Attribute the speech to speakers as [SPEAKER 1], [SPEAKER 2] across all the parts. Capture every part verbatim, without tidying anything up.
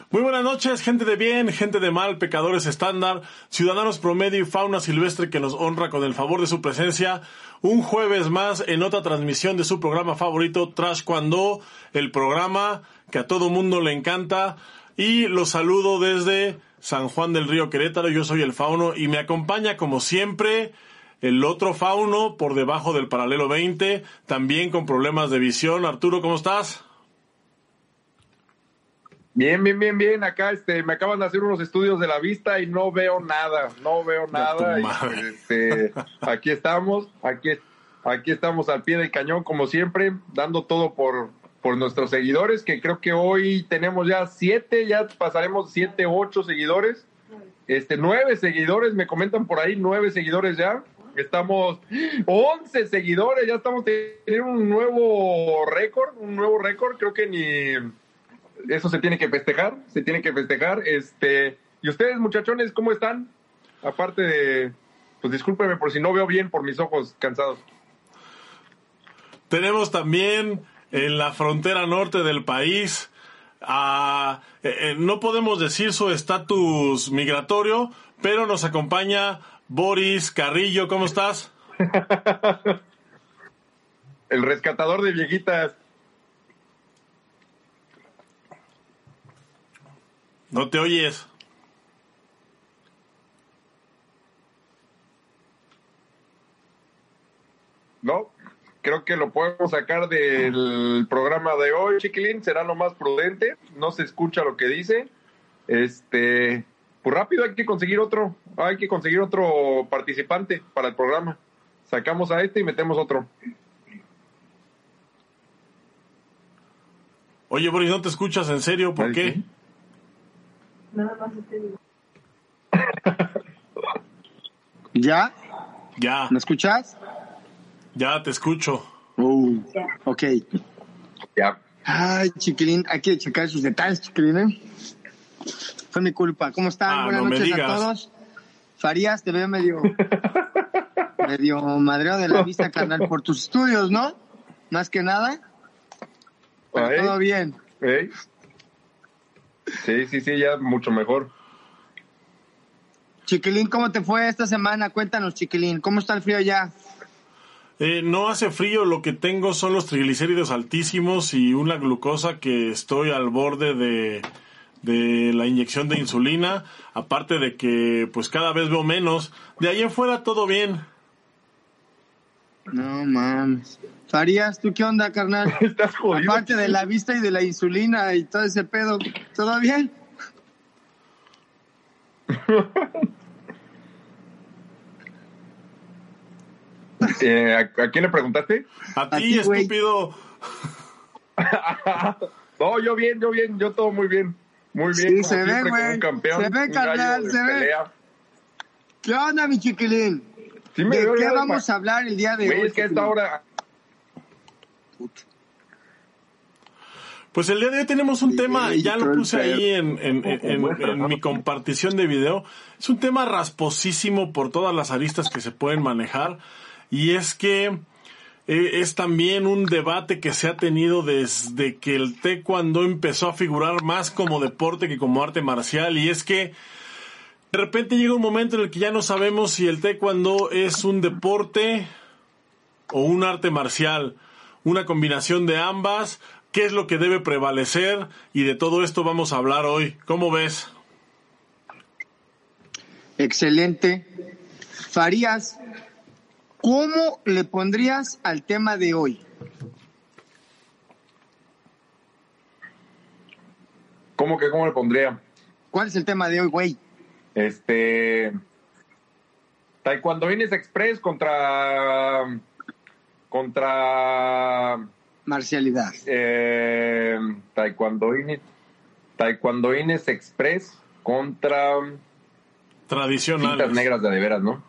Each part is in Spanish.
[SPEAKER 1] Muy buenas noches, gente de bien, gente de mal, pecadores estándar, ciudadanos promedio y fauna silvestre que nos honra con el favor de su presencia. Un jueves más en otra transmisión de su programa favorito, Trash Cuando, el programa que a todo mundo le encanta. Y los saludo desde San Juan del Río, Querétaro. Yo soy el Fauno y me acompaña como siempre el otro Fauno por debajo del paralelo veinte, también con problemas de visión. Arturo, ¿cómo estás?
[SPEAKER 2] Bien, bien, bien, bien. Acá este, me acaban de hacer unos estudios de la vista y no veo nada, no veo nada. Y, pues, este, aquí estamos, aquí, aquí estamos al pie del cañón como siempre, dando todo por, por nuestros seguidores, que creo que hoy tenemos ya siete, ya pasaremos siete, ocho seguidores, este, nueve seguidores, me comentan por ahí, nueve seguidores ya. Estamos once seguidores, ya estamos teniendo un nuevo récord, un nuevo récord, creo que ni... Eso se tiene que festejar, se tiene que festejar. Este, y ustedes, muchachones, ¿cómo están? Aparte de, pues discúlpeme por si no veo bien por mis ojos cansados.
[SPEAKER 1] Tenemos también en la frontera norte del país, a, eh, no podemos decir su estatus migratorio, pero nos acompaña Boris Carrillo. ¿Cómo estás?
[SPEAKER 2] El rescatador de viejitas.
[SPEAKER 1] No te oyes.
[SPEAKER 2] No, creo que lo podemos sacar del programa de hoy, chiquilín. Será lo más prudente. No se escucha lo que dice. Este, pues rápido hay que conseguir otro. Hay que conseguir otro participante para el programa. Sacamos a este y metemos otro.
[SPEAKER 1] Oye, Boris, ¿no te escuchas en serio? ¿Por qué?
[SPEAKER 2] ¿Sí?
[SPEAKER 3] Nada más te digo.
[SPEAKER 4] ¿Ya?
[SPEAKER 1] Ya.
[SPEAKER 4] ¿Me escuchas?
[SPEAKER 1] Ya te escucho.
[SPEAKER 4] Uh,
[SPEAKER 3] Ya.
[SPEAKER 4] ok.
[SPEAKER 2] Ya.
[SPEAKER 4] Ay, chiquilín, hay que checar sus detalles, chiquilín, ¿eh? Fue mi culpa. ¿Cómo están?
[SPEAKER 1] Ah,
[SPEAKER 4] Buenas
[SPEAKER 1] no me
[SPEAKER 4] noches
[SPEAKER 1] digas.
[SPEAKER 4] a todos. Farías, te veo medio... medio madreo de la vista, carnal, por tus estudios, ¿no? Más que nada. Pero
[SPEAKER 2] Ahí.
[SPEAKER 4] todo bien.
[SPEAKER 2] ¿Eh? Sí, sí, sí, ya mucho mejor.
[SPEAKER 4] Chiquilín, ¿cómo te fue esta semana? Cuéntanos, chiquilín. ¿Cómo está el frío ya?
[SPEAKER 1] Eh, no hace frío, lo que tengo son los triglicéridos altísimos y una glucosa que estoy al borde de, de la inyección de insulina, aparte de que pues cada vez veo menos. De ahí en fuera todo bien.
[SPEAKER 4] No mames. Farías, ¿tú qué onda, carnal?
[SPEAKER 2] Estás jodido.
[SPEAKER 4] Aparte de la vista y de la insulina y todo ese pedo, ¿todo bien?
[SPEAKER 2] Eh, ¿a, ¿A quién le preguntaste?
[SPEAKER 1] A
[SPEAKER 4] A
[SPEAKER 1] ti,
[SPEAKER 4] ti, güey.
[SPEAKER 1] estúpido.
[SPEAKER 2] No, yo bien, yo bien, yo todo muy bien. Muy bien,
[SPEAKER 4] Sí,
[SPEAKER 2] como
[SPEAKER 4] se ve,
[SPEAKER 2] siempre, como
[SPEAKER 4] güey.
[SPEAKER 2] un campeón.
[SPEAKER 4] Se ve,
[SPEAKER 2] un
[SPEAKER 4] carnal,
[SPEAKER 2] gallo de
[SPEAKER 4] se ve.
[SPEAKER 2] pelea.
[SPEAKER 4] ¿Qué onda, mi chiquilín?
[SPEAKER 2] Sí me
[SPEAKER 4] ¿De
[SPEAKER 2] veo
[SPEAKER 4] qué
[SPEAKER 2] ya
[SPEAKER 4] vamos
[SPEAKER 2] desma-
[SPEAKER 4] a hablar el día de
[SPEAKER 2] Güey,
[SPEAKER 4] hoy?
[SPEAKER 2] es que a esta
[SPEAKER 4] chiquilín?
[SPEAKER 2] hora...
[SPEAKER 1] Pues el día de hoy tenemos un
[SPEAKER 4] Sí,
[SPEAKER 1] tema, ya lo
[SPEAKER 4] todo el
[SPEAKER 1] puse
[SPEAKER 4] pedo.
[SPEAKER 1] ahí en, en, en, en- en mi compartición de video. Es un tema rasposísimo por todas las aristas que se pueden manejar. Y es que eh, es también un debate que se ha tenido desde que el taekwondo empezó a figurar más como deporte que como arte marcial. Y es que de repente llega un momento en el que ya no sabemos si el taekwondo es un deporte o un arte marcial, una combinación de ambas. ¿Qué es lo que debe prevalecer? Y de todo esto vamos a hablar hoy. ¿Cómo ves?
[SPEAKER 4] Excelente. Farías, ¿cómo le pondrías al tema de hoy?
[SPEAKER 2] ¿Cómo que cómo le pondría?
[SPEAKER 4] ¿Cuál es el tema de hoy, güey?
[SPEAKER 2] Este... Taekwondoines Express contra... Contra...
[SPEAKER 4] Marcialidad.
[SPEAKER 2] Eh, Taekwondoines... Taekwondoines Express contra...
[SPEAKER 1] Tradicionales.
[SPEAKER 2] Cintas negras de de veras, ¿no?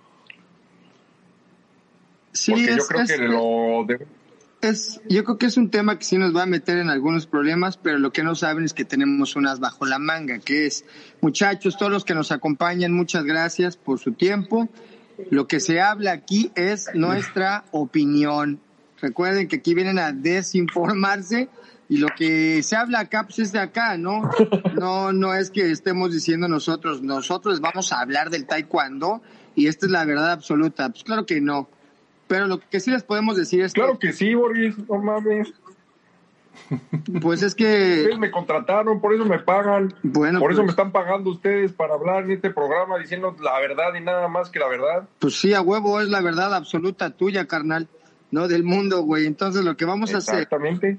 [SPEAKER 4] Sí,
[SPEAKER 2] Porque
[SPEAKER 4] es,
[SPEAKER 2] yo creo
[SPEAKER 4] es-
[SPEAKER 2] que lo... De...
[SPEAKER 4] es- yo creo que es un tema que sí nos va a meter en algunos problemas, pero lo que no saben es que tenemos unas bajo la manga, que es, muchachos, todos los que nos acompañan, muchas gracias por su tiempo. Lo que se habla aquí es nuestra opinión. Recuerden que aquí vienen a desinformarse Y lo que se habla acá, pues es de acá, ¿no? No, no es que estemos diciendo nosotros, nosotros vamos a hablar del taekwondo y esta es la verdad absoluta. Pues claro que no. Pero lo que sí les podemos decir es
[SPEAKER 2] claro
[SPEAKER 4] que...
[SPEAKER 2] que sí, Boris, no mames.
[SPEAKER 4] Pues es que...
[SPEAKER 2] Ustedes me contrataron, por eso me pagan.
[SPEAKER 4] Bueno,
[SPEAKER 2] por
[SPEAKER 4] pues...
[SPEAKER 2] eso me están pagando ustedes para hablar en este programa diciendo la verdad y nada más que la verdad.
[SPEAKER 4] Pues sí, a huevo, es la verdad absoluta tuya, carnal, no del mundo, güey. Entonces lo que vamos a hacer...
[SPEAKER 2] Exactamente.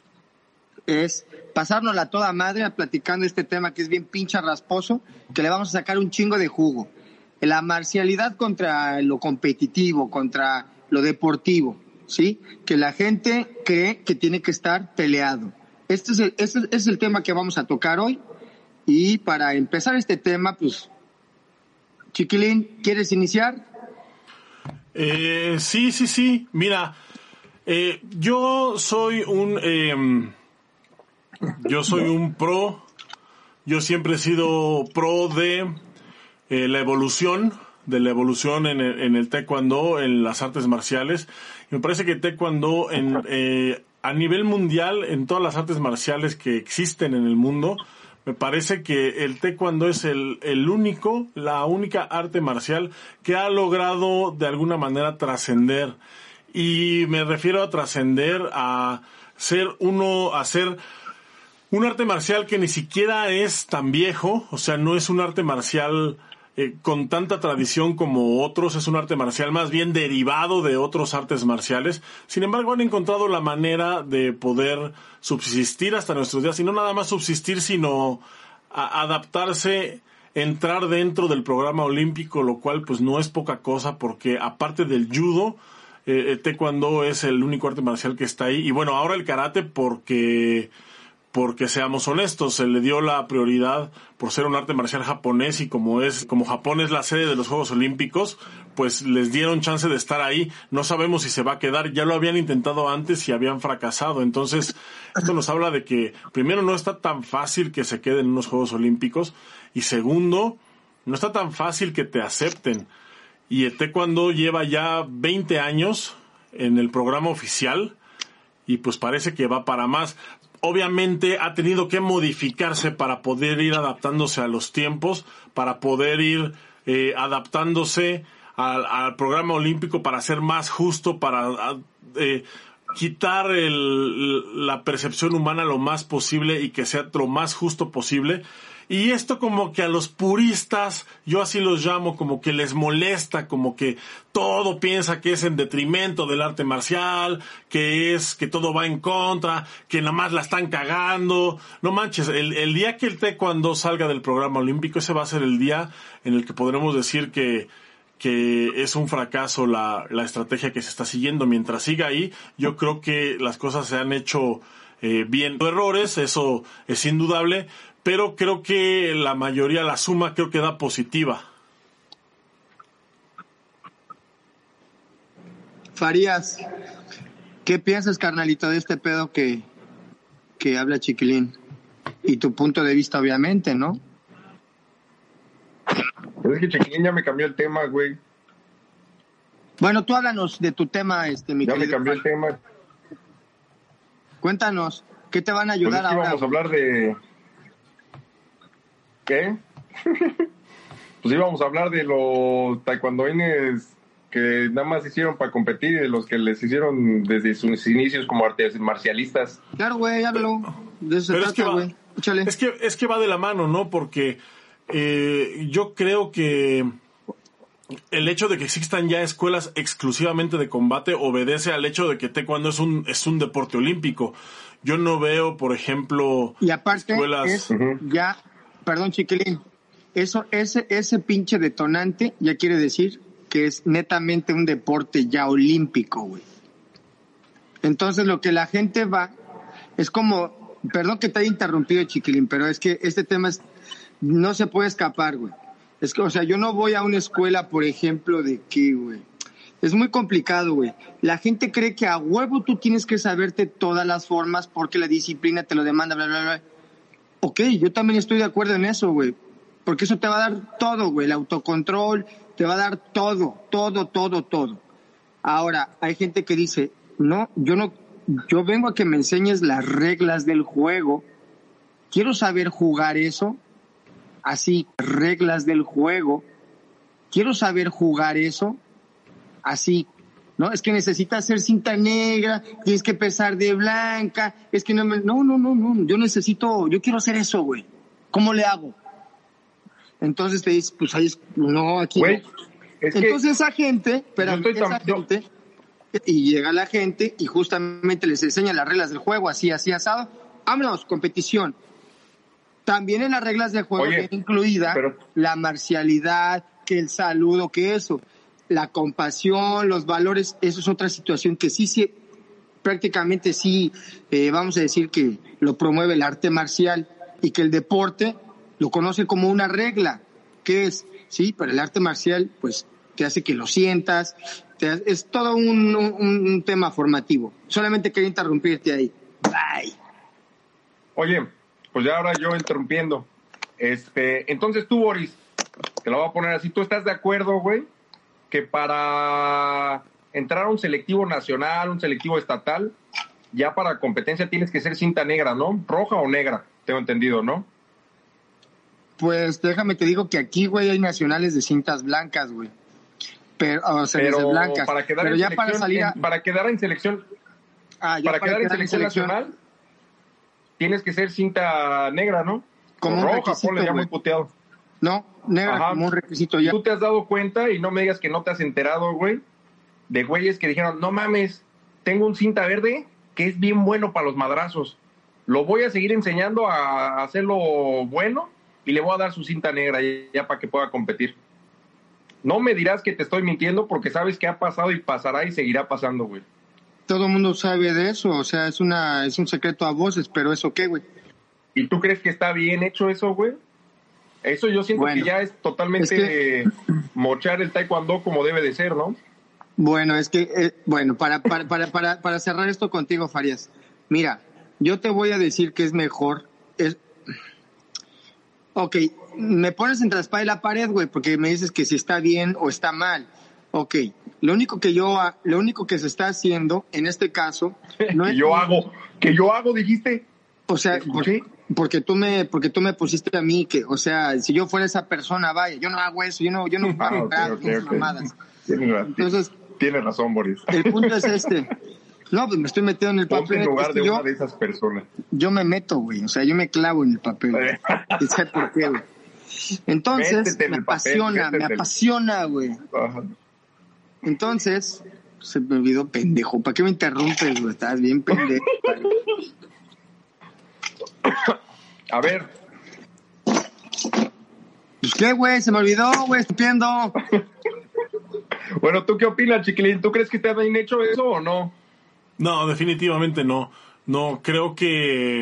[SPEAKER 4] Es pasárnosla a toda madre a platicando este tema que es bien pincha rasposo, que le vamos a sacar un chingo de jugo. La marcialidad contra lo competitivo, contra lo deportivo, ¿sí? Que la gente cree que tiene que estar peleado. Este es el, este es el tema que vamos a tocar hoy. Y para empezar este tema, pues, Chiquilín, ¿quieres iniciar?
[SPEAKER 1] Eh, sí, sí, sí. Mira, eh, yo soy un... Eh, Yo soy un pro, yo siempre he sido pro de eh, la evolución, de la evolución en el, en el taekwondo, en las artes marciales. Y me parece que taekwondo en, eh, a nivel mundial, en todas las artes marciales que existen en el mundo, me parece que el taekwondo es el, el único, la única arte marcial que ha logrado de alguna manera trascender. Y me refiero a trascender, a ser uno, a ser... un arte marcial que ni siquiera es tan viejo, o sea, no es un arte marcial eh, con tanta tradición como otros, es un arte marcial más bien derivado de otros artes marciales. Sin embargo, han encontrado la manera de poder subsistir hasta nuestros días, y no nada más subsistir, sino a adaptarse, entrar dentro del programa olímpico, lo cual pues no es poca cosa, porque aparte del judo, eh, el taekwondo es el único arte marcial que está ahí. Y bueno, ahora el karate porque... porque seamos honestos, se le dio la prioridad por ser un arte marcial japonés, y como es, como Japón es la sede de los Juegos Olímpicos, pues les dieron chance de estar ahí. No sabemos si se va a quedar, ya lo habían intentado antes y habían fracasado. Entonces, esto nos habla de que, primero, no está tan fácil que se queden en unos Juegos Olímpicos, y segundo, no está tan fácil que te acepten. Y el taekwondo lleva ya veinte años en el programa oficial, y pues parece que va para más. Obviamente ha tenido que modificarse para poder ir adaptándose a los tiempos, para poder ir eh, adaptándose al, al programa olímpico, para ser más justo, para eh, quitar el, la percepción humana lo más posible y que sea lo más justo posible. Y esto como que a los puristas, yo así los llamo, como que les molesta, como que todo piensa que es en detrimento del arte marcial, que es, que todo va en contra, que nada más la están cagando. No manches, el, el día que el taekwondo salga del programa olímpico, ese va a ser el día en el que podremos decir que, que es un fracaso la, la estrategia que se está siguiendo. Mientras siga ahí, yo creo que las cosas se han hecho eh, bien. Errores, eso es indudable, pero creo que la mayoría, la suma, creo que da positiva.
[SPEAKER 4] Farías, ¿qué piensas, carnalito, de este pedo que, que habla Chiquilín? Y tu punto de vista, obviamente, ¿no?
[SPEAKER 2] Pero es que Chiquilín ya me cambió el tema, güey.
[SPEAKER 4] Bueno, tú háblanos de tu tema, este, mi
[SPEAKER 2] Ya
[SPEAKER 4] querido.
[SPEAKER 2] me cambió el tema.
[SPEAKER 4] Cuéntanos, ¿qué te van a ayudar
[SPEAKER 2] pues es que
[SPEAKER 4] ahora?
[SPEAKER 2] Vamos a hablar de... ¿Qué? Pues íbamos a hablar de los taekwondoines que nada más hicieron para competir, y de los que les hicieron desde sus inicios como artes marcialistas.
[SPEAKER 4] Claro, güey, háblalo. De eso se
[SPEAKER 1] Pero
[SPEAKER 4] trata, güey. Échale.
[SPEAKER 1] Es que, es que va de la mano, ¿no? Porque eh, yo creo que el hecho de que existan ya escuelas exclusivamente de combate obedece al hecho de que taekwondo es un, es un deporte olímpico. Yo no veo, por ejemplo,
[SPEAKER 4] y aparte
[SPEAKER 1] escuelas...
[SPEAKER 4] es ya... Perdón, Chiquilín, eso, ese, ese pinche detonante ya quiere decir que es netamente un deporte ya olímpico, güey. Entonces lo que la gente va, es como, perdón que te haya interrumpido, Chiquilín, pero es que este tema es, no se puede escapar, güey. Es que, o sea, yo no voy a una escuela, por ejemplo, de qué, güey. Es muy complicado, güey. La gente cree que a huevo tú tienes que saberte todas las formas porque la disciplina te lo demanda, bla, bla, bla. Ok, yo también estoy de acuerdo en eso, güey. Porque eso te va a dar todo, güey. El autocontrol te va a dar todo, todo, todo, todo. Ahora, hay gente que dice, no, yo no, yo vengo a que me enseñes las reglas del juego. Quiero saber jugar eso. Así, reglas del juego. Quiero saber jugar eso. Así, ¿no? Es que necesitas ser cinta negra, tienes que pesar de blanca, es que no me... No, no, no, no, yo necesito, yo quiero hacer eso, güey. ¿Cómo le hago? Entonces te dices, pues ahí es, no, aquí
[SPEAKER 2] Güey,
[SPEAKER 4] no.
[SPEAKER 2] es
[SPEAKER 4] Entonces
[SPEAKER 2] que
[SPEAKER 4] esa gente, espérame,
[SPEAKER 2] yo estoy
[SPEAKER 4] esa
[SPEAKER 2] tan- yo-
[SPEAKER 4] gente, y llega la gente y justamente les enseña las reglas del juego, así, así, asado. Vámonos, competición. También en las reglas del juego
[SPEAKER 2] Oye,
[SPEAKER 4] viene incluida
[SPEAKER 2] pero-
[SPEAKER 4] la marcialidad, que el saludo, que eso, la compasión, los valores, eso es otra situación que sí, sí, prácticamente sí, eh, vamos a decir que lo promueve el arte marcial y que el deporte lo conoce como una regla, que es, sí, pero el arte marcial, pues, te hace que lo sientas, te hace- es todo un, un, un tema formativo. Solamente quería interrumpirte ahí. Bye.
[SPEAKER 2] Oye, pues ya ahora yo interrumpiendo. Este, entonces tú, Boris, te lo voy a poner así. ¿Tú estás de acuerdo, güey, que para entrar a un selectivo nacional, un selectivo estatal, ya para competencia tienes que ser cinta negra, ¿no? Roja o negra, tengo entendido, ¿no?
[SPEAKER 4] Pues déjame te digo que aquí, güey, hay nacionales de cintas blancas, güey. Pero, o sea,
[SPEAKER 2] Pero
[SPEAKER 4] desde blancas.
[SPEAKER 2] para quedar
[SPEAKER 4] Pero
[SPEAKER 2] en
[SPEAKER 4] ya
[SPEAKER 2] selección,
[SPEAKER 4] para salir a...
[SPEAKER 2] en- para quedar en selección,
[SPEAKER 4] ah, ya
[SPEAKER 2] para, quedar, en selección, nacional, tienes que ser cinta negra, ¿no?
[SPEAKER 4] Como
[SPEAKER 2] O
[SPEAKER 4] un
[SPEAKER 2] roja,
[SPEAKER 4] requisito,
[SPEAKER 2] ponle ya
[SPEAKER 4] güey.
[SPEAKER 2] muy puteado.
[SPEAKER 4] No, negra
[SPEAKER 2] Ajá.
[SPEAKER 4] como un requisito
[SPEAKER 2] Y
[SPEAKER 4] ya.
[SPEAKER 2] tú te has dado cuenta, y no me digas que no te has enterado, güey, de güeyes que dijeron, no mames, tengo un cinta verde que es bien bueno para los madrazos. Lo voy a seguir enseñando a hacerlo bueno y le voy a dar su cinta negra ya, ya para que pueda competir. No me dirás que te estoy mintiendo porque sabes que ha pasado y pasará y seguirá pasando, güey.
[SPEAKER 4] Todo el mundo sabe de eso, o sea, es una es un secreto a voces, pero ¿eso qué, güey?
[SPEAKER 2] ¿Y tú crees que está bien hecho eso, güey? Eso yo siento
[SPEAKER 4] Bueno,
[SPEAKER 2] que ya es totalmente
[SPEAKER 4] es
[SPEAKER 2] mochar el taekwondo como debe de ser, ¿no?
[SPEAKER 4] Bueno, es que, eh, bueno, para, para, para, para, para cerrar esto contigo, Farías, mira, yo te voy a decir que es mejor, es... Ok, me pones entre la espada y la pared, güey, porque me dices que si está bien o está mal. Ok, lo único que yo, ha- lo único que se está haciendo, en este caso, no
[SPEAKER 2] que
[SPEAKER 4] es...
[SPEAKER 2] yo hago, que yo hago, dijiste.
[SPEAKER 4] O sea,
[SPEAKER 2] ¿Escuché?
[SPEAKER 4] por- porque tú me, porque tú me pusiste a mí que, o sea, si yo fuera esa persona, vaya, yo no hago eso, yo no, yo no
[SPEAKER 2] Ah,
[SPEAKER 4] hago
[SPEAKER 2] ok,
[SPEAKER 4] nada,
[SPEAKER 2] ok,
[SPEAKER 4] esas
[SPEAKER 2] ok.
[SPEAKER 4] mamadas.
[SPEAKER 2] Tienes, ra-
[SPEAKER 4] Entonces,
[SPEAKER 2] tienes razón, Boris.
[SPEAKER 4] el punto es este. No, pues me estoy metiendo en el
[SPEAKER 2] Ponte
[SPEAKER 4] papel.
[SPEAKER 2] en lugar
[SPEAKER 4] Es que
[SPEAKER 2] de
[SPEAKER 4] yo,
[SPEAKER 2] una de esas personas.
[SPEAKER 4] yo me meto, güey. O sea, yo me clavo en el papel. güey. Y sé por qué, güey. Entonces,
[SPEAKER 2] Métete en
[SPEAKER 4] me
[SPEAKER 2] el papel,
[SPEAKER 4] apasiona, me
[SPEAKER 2] métete.
[SPEAKER 4] apasiona, güey.
[SPEAKER 2] Ajá.
[SPEAKER 4] Entonces, se me olvidó, pendejo. ¿Para qué me interrumpes, güey? Estás bien pendejo.
[SPEAKER 2] A ver,
[SPEAKER 4] Pues qué, güey, se me olvidó, güey, estupendo.
[SPEAKER 2] bueno, ¿tú qué opinas, chiquilín? ¿Tú crees que está bien hecho eso o no?
[SPEAKER 1] No, definitivamente no. No, creo que...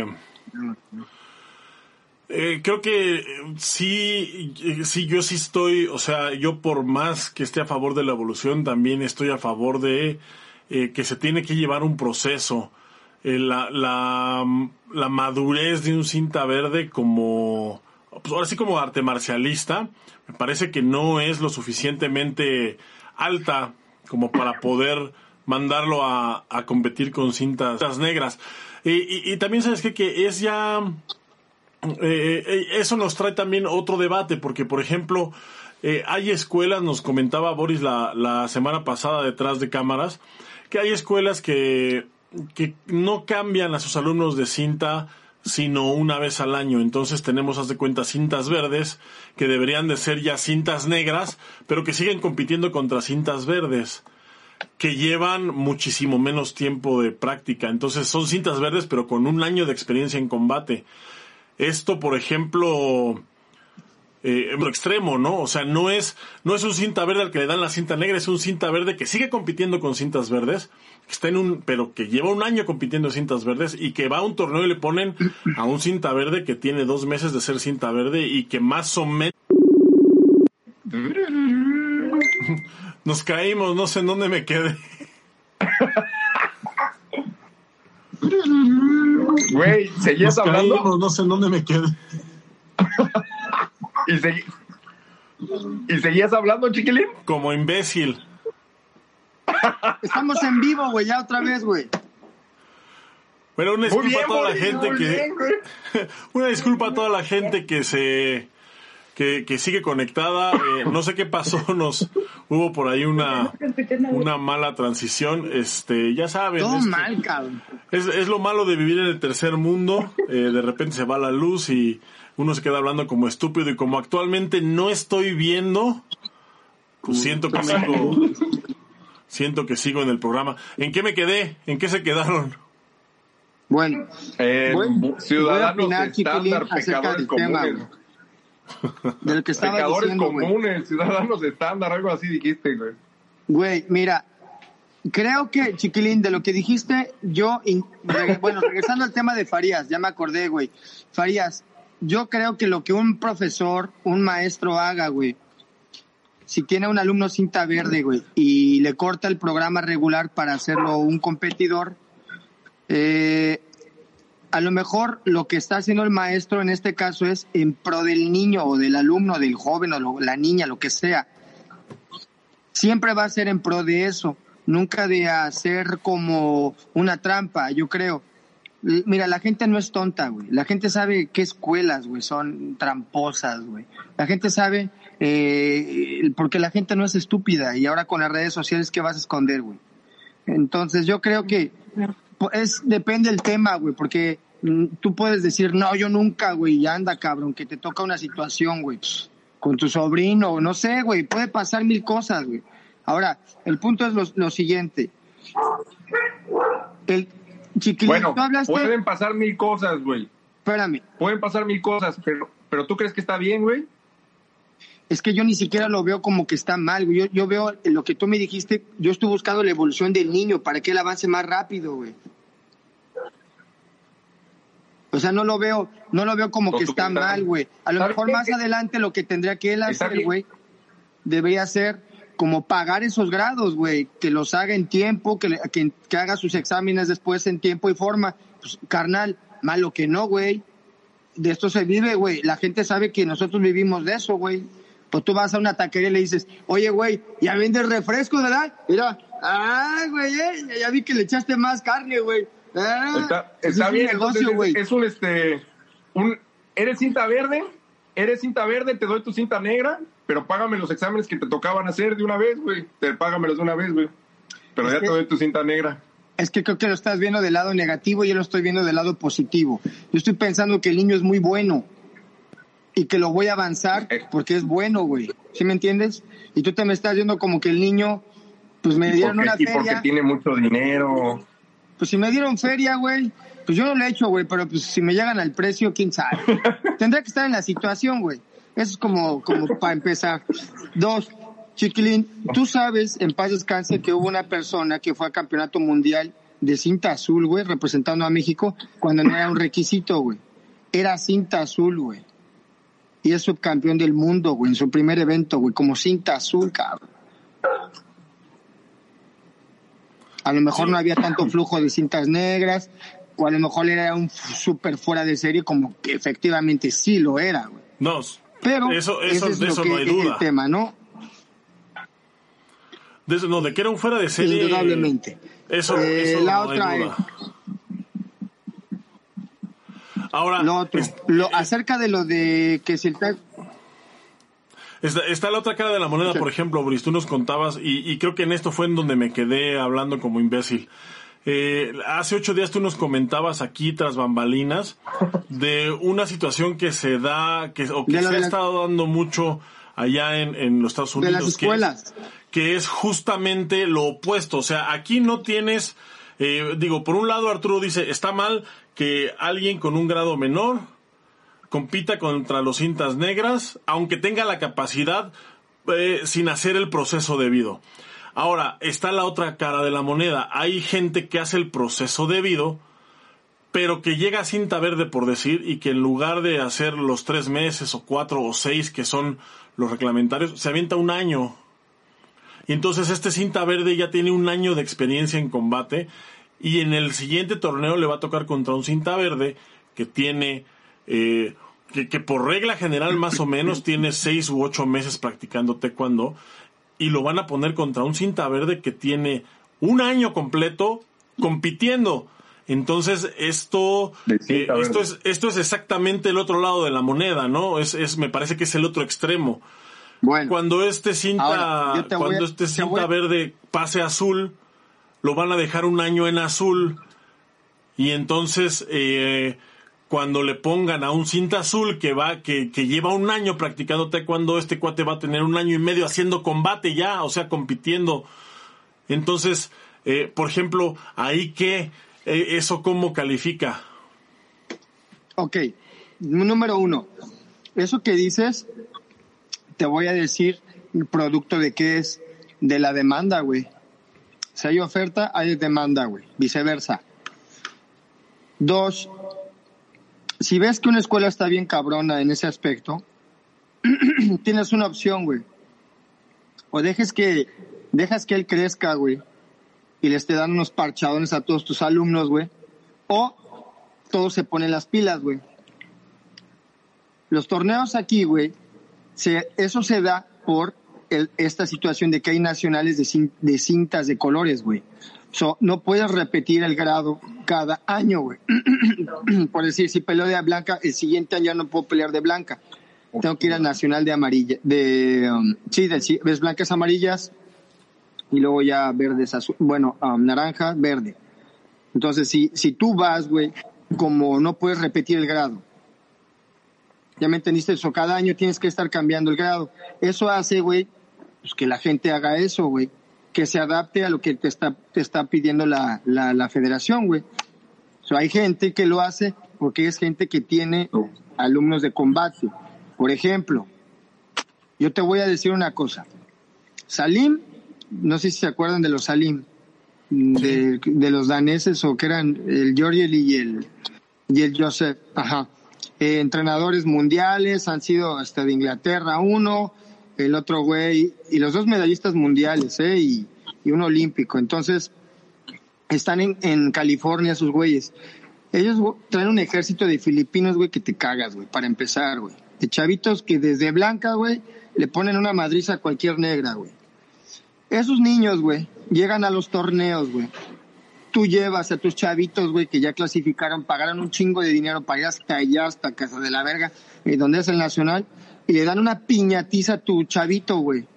[SPEAKER 1] Eh, creo que eh, sí, eh, sí, yo sí estoy, o sea, yo por más que esté a favor de la evolución, también estoy a favor de eh, que se tiene que llevar un proceso. Eh, la, la, la madurez de un cinta verde como, pues ahora sí como arte marcialista, me parece que no es lo suficientemente alta como para poder mandarlo a, a competir con cintas negras. Y, y, y también sabes qué? Que es ya... Eh, eh, eso nos trae también otro debate, porque por ejemplo, eh, hay escuelas, nos comentaba Boris la, la semana pasada detrás de cámaras, que hay escuelas que, que no cambian a sus alumnos de cinta sino una vez al año. Entonces tenemos, haz de cuenta, cintas verdes que deberían de ser ya cintas negras, pero que siguen compitiendo contra cintas verdes que llevan muchísimo menos tiempo de práctica. Entonces son cintas verdes pero con un año de experiencia en combate. Esto, por ejemplo, eh, en lo extremo, ¿no? O sea, no es, no es un cinta verde al que le dan la cinta negra, es un cinta verde que sigue compitiendo con cintas verdes, que está en un, pero que lleva un año compitiendo en cintas verdes y que va a un torneo y le ponen a un cinta verde que tiene dos meses de ser cinta verde y que más o menos nos caímos, no sé en dónde me quedé.
[SPEAKER 2] Güey, ¿seguías
[SPEAKER 1] Nos
[SPEAKER 2] hablando?
[SPEAKER 1] caímos, no sé en dónde me quedé.
[SPEAKER 2] ¿Y, segui- ¿Y seguías hablando, chiquilín?
[SPEAKER 1] Como imbécil.
[SPEAKER 4] Estamos en vivo, güey, ya otra vez, güey.
[SPEAKER 1] Bueno, una disculpa
[SPEAKER 2] bien,
[SPEAKER 1] a toda
[SPEAKER 2] Boris,
[SPEAKER 1] la gente
[SPEAKER 2] muy
[SPEAKER 1] que...
[SPEAKER 2] bien,
[SPEAKER 1] una disculpa a toda la gente que se... Que, que sigue conectada. Eh, no sé qué pasó, nos hubo por ahí una una mala transición. Este, ya saben.
[SPEAKER 4] Todo
[SPEAKER 1] esto,
[SPEAKER 4] mal, cabrón.
[SPEAKER 1] Es, es lo malo de vivir en el tercer mundo. Eh, de repente se va la luz y uno se queda hablando como estúpido, y como actualmente no estoy viendo, pues siento que sigo, siento que sigo en el programa. ¿En qué me quedé? ¿En qué se quedaron?
[SPEAKER 4] Bueno,
[SPEAKER 2] Eh,
[SPEAKER 4] voy-
[SPEAKER 2] ciudadanos
[SPEAKER 4] voy a opinar,
[SPEAKER 2] estándar,
[SPEAKER 4] Chiquilín, acerca
[SPEAKER 2] pecadores
[SPEAKER 4] del tema,
[SPEAKER 2] comunes.
[SPEAKER 4] güey. De lo que estaba
[SPEAKER 2] Pecadores
[SPEAKER 4] diciendo, güey.
[SPEAKER 2] comunes, ciudadanos estándar, algo así dijiste, güey.
[SPEAKER 4] Güey, mira, creo que, Chiquilín, de lo que dijiste, yo, in- reg- bueno, regresando al tema de Farías, ya me acordé, güey. Farías, yo creo que lo que un profesor, un maestro haga, güey, si tiene un alumno cinta verde, güey, y le corta el programa regular para hacerlo un competidor, eh, a lo mejor lo que está haciendo el maestro en este caso es en pro del niño o del alumno, del joven o lo- la niña, lo que sea. Siempre va a ser en pro de eso, nunca de hacer como una trampa, yo creo. L- Mira, la gente no es tonta, güey. La gente sabe qué escuelas, güey, son tramposas, güey. La gente sabe, eh, porque la gente no es estúpida, y ahora con las redes sociales, ¿qué vas a esconder, güey? Entonces yo creo que pues depende del tema, güey, porque mm, tú puedes decir, no, yo nunca, güey, y anda, cabrón, que te toca una situación, güey, con tu sobrino, no sé, güey, puede pasar mil cosas, güey. Ahora, el punto es lo, lo siguiente. El Chiquilín,
[SPEAKER 2] Bueno,
[SPEAKER 4] tú hablaste,
[SPEAKER 2] pueden pasar mil cosas, güey.
[SPEAKER 4] espérame,
[SPEAKER 2] Pueden pasar mil cosas, pero, pero ¿tú crees que está bien, güey?
[SPEAKER 4] es que yo ni siquiera lo veo como que está mal, güey. Yo, yo veo lo que tú me dijiste, yo estoy buscando la evolución del niño para que él avance más rápido, güey. O sea, no lo veo, no lo veo como
[SPEAKER 2] No,
[SPEAKER 4] que
[SPEAKER 2] tú
[SPEAKER 4] está
[SPEAKER 2] está
[SPEAKER 4] mal,
[SPEAKER 2] bien.
[SPEAKER 4] güey. A lo
[SPEAKER 2] Está
[SPEAKER 4] mejor
[SPEAKER 2] bien,
[SPEAKER 4] más
[SPEAKER 2] que-
[SPEAKER 4] adelante lo que tendría que él
[SPEAKER 2] Está
[SPEAKER 4] hacer,
[SPEAKER 2] bien.
[SPEAKER 4] güey, debería ser como pagar esos grados, güey, que los haga en tiempo, que, le- que, que haga sus exámenes después en tiempo y forma. Pues, carnal, malo que no, güey. De esto se vive, güey. La gente sabe que nosotros vivimos de eso, güey. Pues tú vas a una taquería y le dices, oye, güey, ya vendes refresco, ¿verdad? Mira, ah, güey, eh, ya vi que le echaste más carne, güey. Ah,
[SPEAKER 2] Está,
[SPEAKER 4] eso
[SPEAKER 2] está
[SPEAKER 4] es un
[SPEAKER 2] bien,
[SPEAKER 4] negocio,
[SPEAKER 2] entonces
[SPEAKER 4] güey.
[SPEAKER 2] es, es un, este, un, eres cinta verde, eres cinta verde, te doy tu cinta negra, pero págame los exámenes que te tocaban hacer de una vez, güey. Te págamelos de una vez, güey. Pero
[SPEAKER 4] Es
[SPEAKER 2] ya
[SPEAKER 4] que-
[SPEAKER 2] te doy tu cinta negra.
[SPEAKER 4] Es que creo que lo estás viendo del lado negativo y yo lo estoy viendo del lado positivo. Yo estoy pensando que el niño es muy bueno y que lo voy a avanzar porque es bueno, güey. ¿Sí me entiendes? Y tú te me estás viendo como que el niño, pues me
[SPEAKER 2] Y
[SPEAKER 4] dieron
[SPEAKER 2] porque,
[SPEAKER 4] una
[SPEAKER 2] y porque
[SPEAKER 4] feria.
[SPEAKER 2] tiene mucho dinero.
[SPEAKER 4] Pues si me dieron feria, güey, pues yo no lo he hecho, güey, pero pues si me llegan al precio, quién sabe. Tendría que estar en la situación, güey. Eso es como, como para empezar. Dos, Chiquilín, tú sabes, en paz descanse, que hubo una persona que fue a campeonato mundial de cinta azul, güey, representando a México, cuando no era un requisito, güey. Era cinta azul, güey. Y es subcampeón del mundo, güey, en su primer evento, güey, como cinta azul, cabrón. A lo mejor no había tanto flujo de cintas negras, o a lo mejor era un súper fuera de serie, como que efectivamente sí lo era, güey.
[SPEAKER 1] No,
[SPEAKER 4] Pero
[SPEAKER 1] eso,
[SPEAKER 4] ese
[SPEAKER 1] eso,
[SPEAKER 4] es
[SPEAKER 1] de
[SPEAKER 4] lo
[SPEAKER 1] eso
[SPEAKER 4] que
[SPEAKER 1] no hay
[SPEAKER 4] es el
[SPEAKER 1] duda.
[SPEAKER 4] tema, ¿no?
[SPEAKER 1] De eso, no, de que era un fuera de serie.
[SPEAKER 4] Indudablemente.
[SPEAKER 1] Eso,
[SPEAKER 4] Eh,
[SPEAKER 1] eso
[SPEAKER 4] la
[SPEAKER 1] no
[SPEAKER 4] otra
[SPEAKER 1] hay
[SPEAKER 4] es,
[SPEAKER 1] duda. Ahora,
[SPEAKER 4] lo otro,
[SPEAKER 1] es-
[SPEAKER 4] lo, acerca de lo de que si el tag-
[SPEAKER 1] Está, está la otra cara de la moneda,
[SPEAKER 4] Sí.
[SPEAKER 1] por ejemplo, Boris, tú nos contabas, y, y creo que en esto fue en donde me quedé hablando como imbécil. Eh, hace ocho días tú nos comentabas aquí tras bambalinas de una situación que se da, que, o que
[SPEAKER 4] De
[SPEAKER 1] se
[SPEAKER 4] lo
[SPEAKER 1] ha
[SPEAKER 4] de la-
[SPEAKER 1] estado dando mucho allá en, en los Estados
[SPEAKER 4] de
[SPEAKER 1] Unidos.
[SPEAKER 4] las
[SPEAKER 1] que es-
[SPEAKER 4] escuelas.
[SPEAKER 1] que es justamente lo opuesto. O sea, aquí no tienes, eh, digo, por un lado Arturo dice, está mal que alguien con un grado menor compita contra los cintas negras, aunque tenga la capacidad eh, sin hacer el proceso debido. Ahora, está la otra cara de la moneda. Hay gente que hace el proceso debido, pero que llega a cinta verde, por decir, y que en lugar de hacer los tres meses o cuatro o seis que son los reglamentarios, se avienta un año. Y entonces este cinta verde ya tiene un año de experiencia en combate y en el siguiente torneo le va a tocar contra un cinta verde que tiene, eh, que, que por regla general más o menos tiene seis u ocho meses practicando taekwondo y lo van a poner contra un cinta verde que tiene un año completo compitiendo. Entonces, esto, eh, esto es, esto es exactamente el otro lado de la moneda, ¿no? Es, es, me parece que es el otro extremo.
[SPEAKER 4] Bueno.
[SPEAKER 1] Cuando este cinta,
[SPEAKER 4] Ahora,
[SPEAKER 1] cuando
[SPEAKER 4] a,
[SPEAKER 1] este cinta
[SPEAKER 4] a...
[SPEAKER 1] verde pase a azul, lo van a dejar un año en azul, y entonces, eh, cuando le pongan a un cinta azul que va, que, que lleva un año practicando taekwondo, este cuate va a tener un año y medio haciendo combate ya, o sea, compitiendo. Entonces, eh, por ejemplo, ahí que, eh, ¿eso cómo califica?
[SPEAKER 4] Ok, número uno, eso que dices, te voy a decir el producto de qué es, de la demanda, güey. Si hay oferta, hay demanda, güey, viceversa. Dos, si ves que una escuela está bien cabrona en ese aspecto, tienes una opción, güey. O dejes que, dejas que él crezca, güey, y le esté dando unos parchadones a todos tus alumnos, güey. O todos se ponen las pilas, güey. Los torneos aquí, güey, se, eso se da por el, esta situación de que hay nacionales de, cin, de cintas de colores, güey. So, no puedes repetir el grado cada año, güey. Por decir, si peleo de blanca, el siguiente año no puedo pelear de blanca. Tengo que ir al nacional de amarilla, de, um, sí, de, ves blancas, amarillas, y luego ya verdes, azul, bueno, um, naranja, verde. Entonces, si, si tú vas, güey, como no puedes repetir el grado, ya me entendiste eso, cada año tienes que estar cambiando el grado. Eso hace, güey, pues que la gente haga eso, güey, que se adapte a lo que te está, te está pidiendo la, la, la federación, güey. O sea, hay gente que lo hace porque es gente que tiene alumnos de combate. Por ejemplo, yo te voy a decir una cosa. Salim, no sé si se acuerdan de los Salim, de, de los daneses, o que eran el Georgiel y el, y el Joseph, ajá. Eh, entrenadores mundiales, han sido hasta de Inglaterra uno, el otro güey, y los dos medallistas mundiales, eh, y, y un olímpico. Entonces, están en, en California sus güeyes. Ellos traen un ejército de filipinos, güey, que te cagas, güey, para empezar, güey. De chavitos que desde blanca, güey, le ponen una madriza a cualquier negra, güey. Esos niños, güey, llegan a los torneos, güey. Tú llevas a tus chavitos, güey, que ya clasificaron, pagaron un chingo de dinero para ir hasta allá, hasta Casa de la Verga, eh, donde es el nacional, y le dan una piñatiza a tu chavito, güey.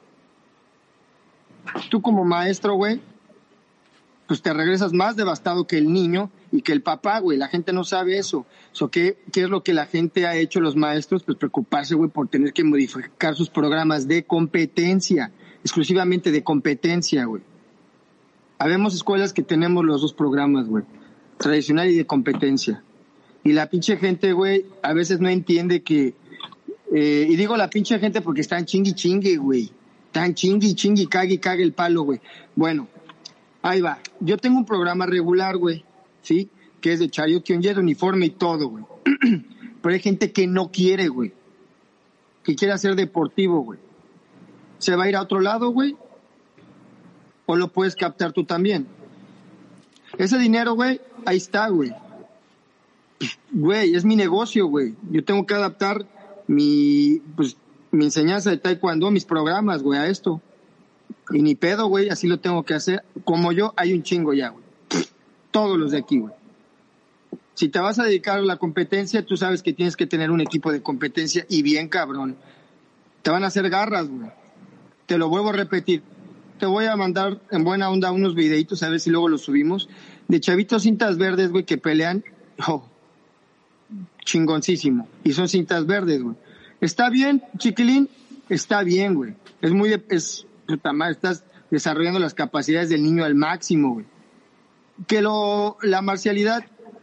[SPEAKER 4] Tú como maestro, güey, pues te regresas más devastado que el niño y que el papá, güey. La gente no sabe eso. So, ¿qué, ¿Qué es lo que la gente ha hecho, los maestros? Pues preocuparse, güey, por tener que modificar sus programas de competencia, exclusivamente de competencia, güey. Habemos escuelas que tenemos los dos programas, güey, tradicional y de competencia. Y la pinche gente, güey, a veces no entiende que, eh, y digo la pinche gente porque están chingui chingue, güey. Están chingui chingui, cague cague el palo, güey. Bueno, ahí va. Yo tengo un programa regular, güey, ¿sí? Que es de chariot, de uniforme y todo, güey. Pero hay gente que no quiere, güey. Que quiere hacer deportivo, güey. ¿Se va a ir a otro lado, güey? ¿O lo puedes captar tú también? Ese dinero, güey, ahí está, güey. Güey, es mi negocio, güey. Yo tengo que adaptar mi, pues, mi enseñanza de taekwondo, mis programas, güey, a esto. Y ni pedo, güey, así lo tengo que hacer. Como yo, hay un chingo ya, güey. Todos los de aquí, güey. Si te vas a dedicar a la competencia, tú sabes que tienes que tener un equipo de competencia y bien cabrón. Te van a hacer garras, güey. Te lo vuelvo a repetir. Te voy a mandar en buena onda unos videitos, a ver si luego los subimos, de chavitos cintas verdes, güey, que pelean, oh, chingoncísimo. Y son cintas verdes, güey. ¿Está bien, chiquilín? Está bien, güey. Es muy, de, es, puta madre, estás desarrollando las capacidades del niño al máximo, güey. Que lo, la marcialidad,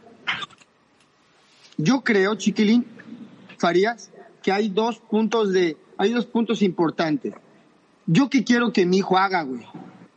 [SPEAKER 4] yo creo, chiquilín, Farías, que hay dos puntos de, hay dos puntos importantes. Yo qué quiero que mi hijo haga, güey.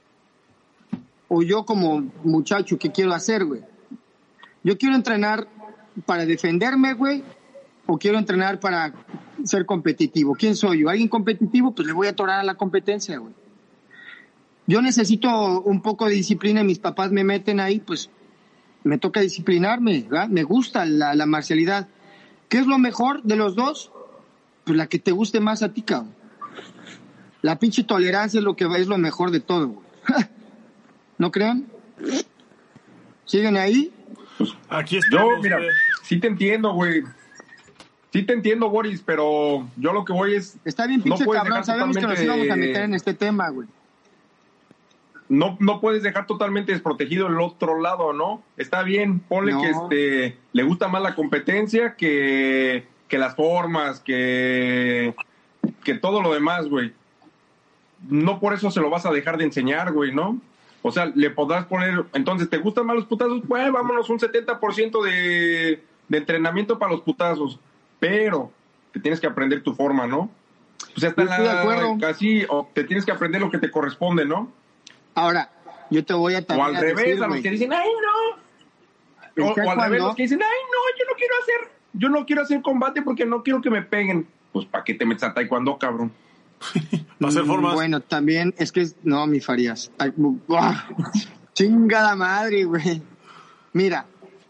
[SPEAKER 4] O yo como muchacho, ¿qué quiero hacer, güey? Yo quiero entrenar para defenderme, güey, o quiero entrenar para ser competitivo. ¿Quién soy yo? ¿Alguien competitivo? Pues le voy a atorar a la competencia, güey. Yo necesito un poco de disciplina y mis papás me meten ahí, pues me toca disciplinarme, ¿verdad? Me gusta la, la marcialidad. ¿Qué es lo mejor de los dos? Pues la que te guste más a ti, cabrón. La pinche tolerancia es lo que es lo mejor de todo, güey. ¿No crean? ¿Siguen ahí?
[SPEAKER 2] Pues,
[SPEAKER 1] aquí estamos,
[SPEAKER 2] yo, mira,
[SPEAKER 1] güey.
[SPEAKER 2] sí te entiendo, güey. Sí te entiendo, Boris, pero yo lo que voy es...
[SPEAKER 4] Está bien, pinche
[SPEAKER 2] no
[SPEAKER 4] cabrón, sabemos que nos íbamos a meter en este tema, güey.
[SPEAKER 2] No, no puedes dejar totalmente desprotegido el otro lado, ¿no? Está bien, ponle
[SPEAKER 4] No.
[SPEAKER 2] que este le gusta más la competencia que, que las formas, que, que todo lo demás, güey. No por eso se lo vas a dejar de enseñar, güey, ¿no? O sea, le podrás poner, entonces, ¿te gustan más los putazos? Pues vámonos un setenta por ciento de, de entrenamiento para los putazos, pero te tienes que aprender tu forma, ¿no? O sea, está
[SPEAKER 4] Yo estoy de acuerdo.
[SPEAKER 2] casi, o te tienes que aprender lo que te corresponde, ¿no?
[SPEAKER 4] Ahora, yo te voy a
[SPEAKER 2] O
[SPEAKER 4] también
[SPEAKER 2] al revés,
[SPEAKER 4] decir,
[SPEAKER 2] a los
[SPEAKER 4] güey,
[SPEAKER 2] que dicen, ay, no. O,
[SPEAKER 4] el
[SPEAKER 2] o al revés,
[SPEAKER 4] taekwondo-
[SPEAKER 2] los que dicen, ay, no, yo no quiero hacer, yo no quiero hacer combate porque no quiero que me peguen. Pues, ¿para qué te metes a taekwondo, cabrón?
[SPEAKER 1] Va a ser
[SPEAKER 4] Mm,
[SPEAKER 1] formas.
[SPEAKER 4] Bueno, también es que no, mi Farías. Ay, bu- ¡buah! Chingada madre, güey. Mira.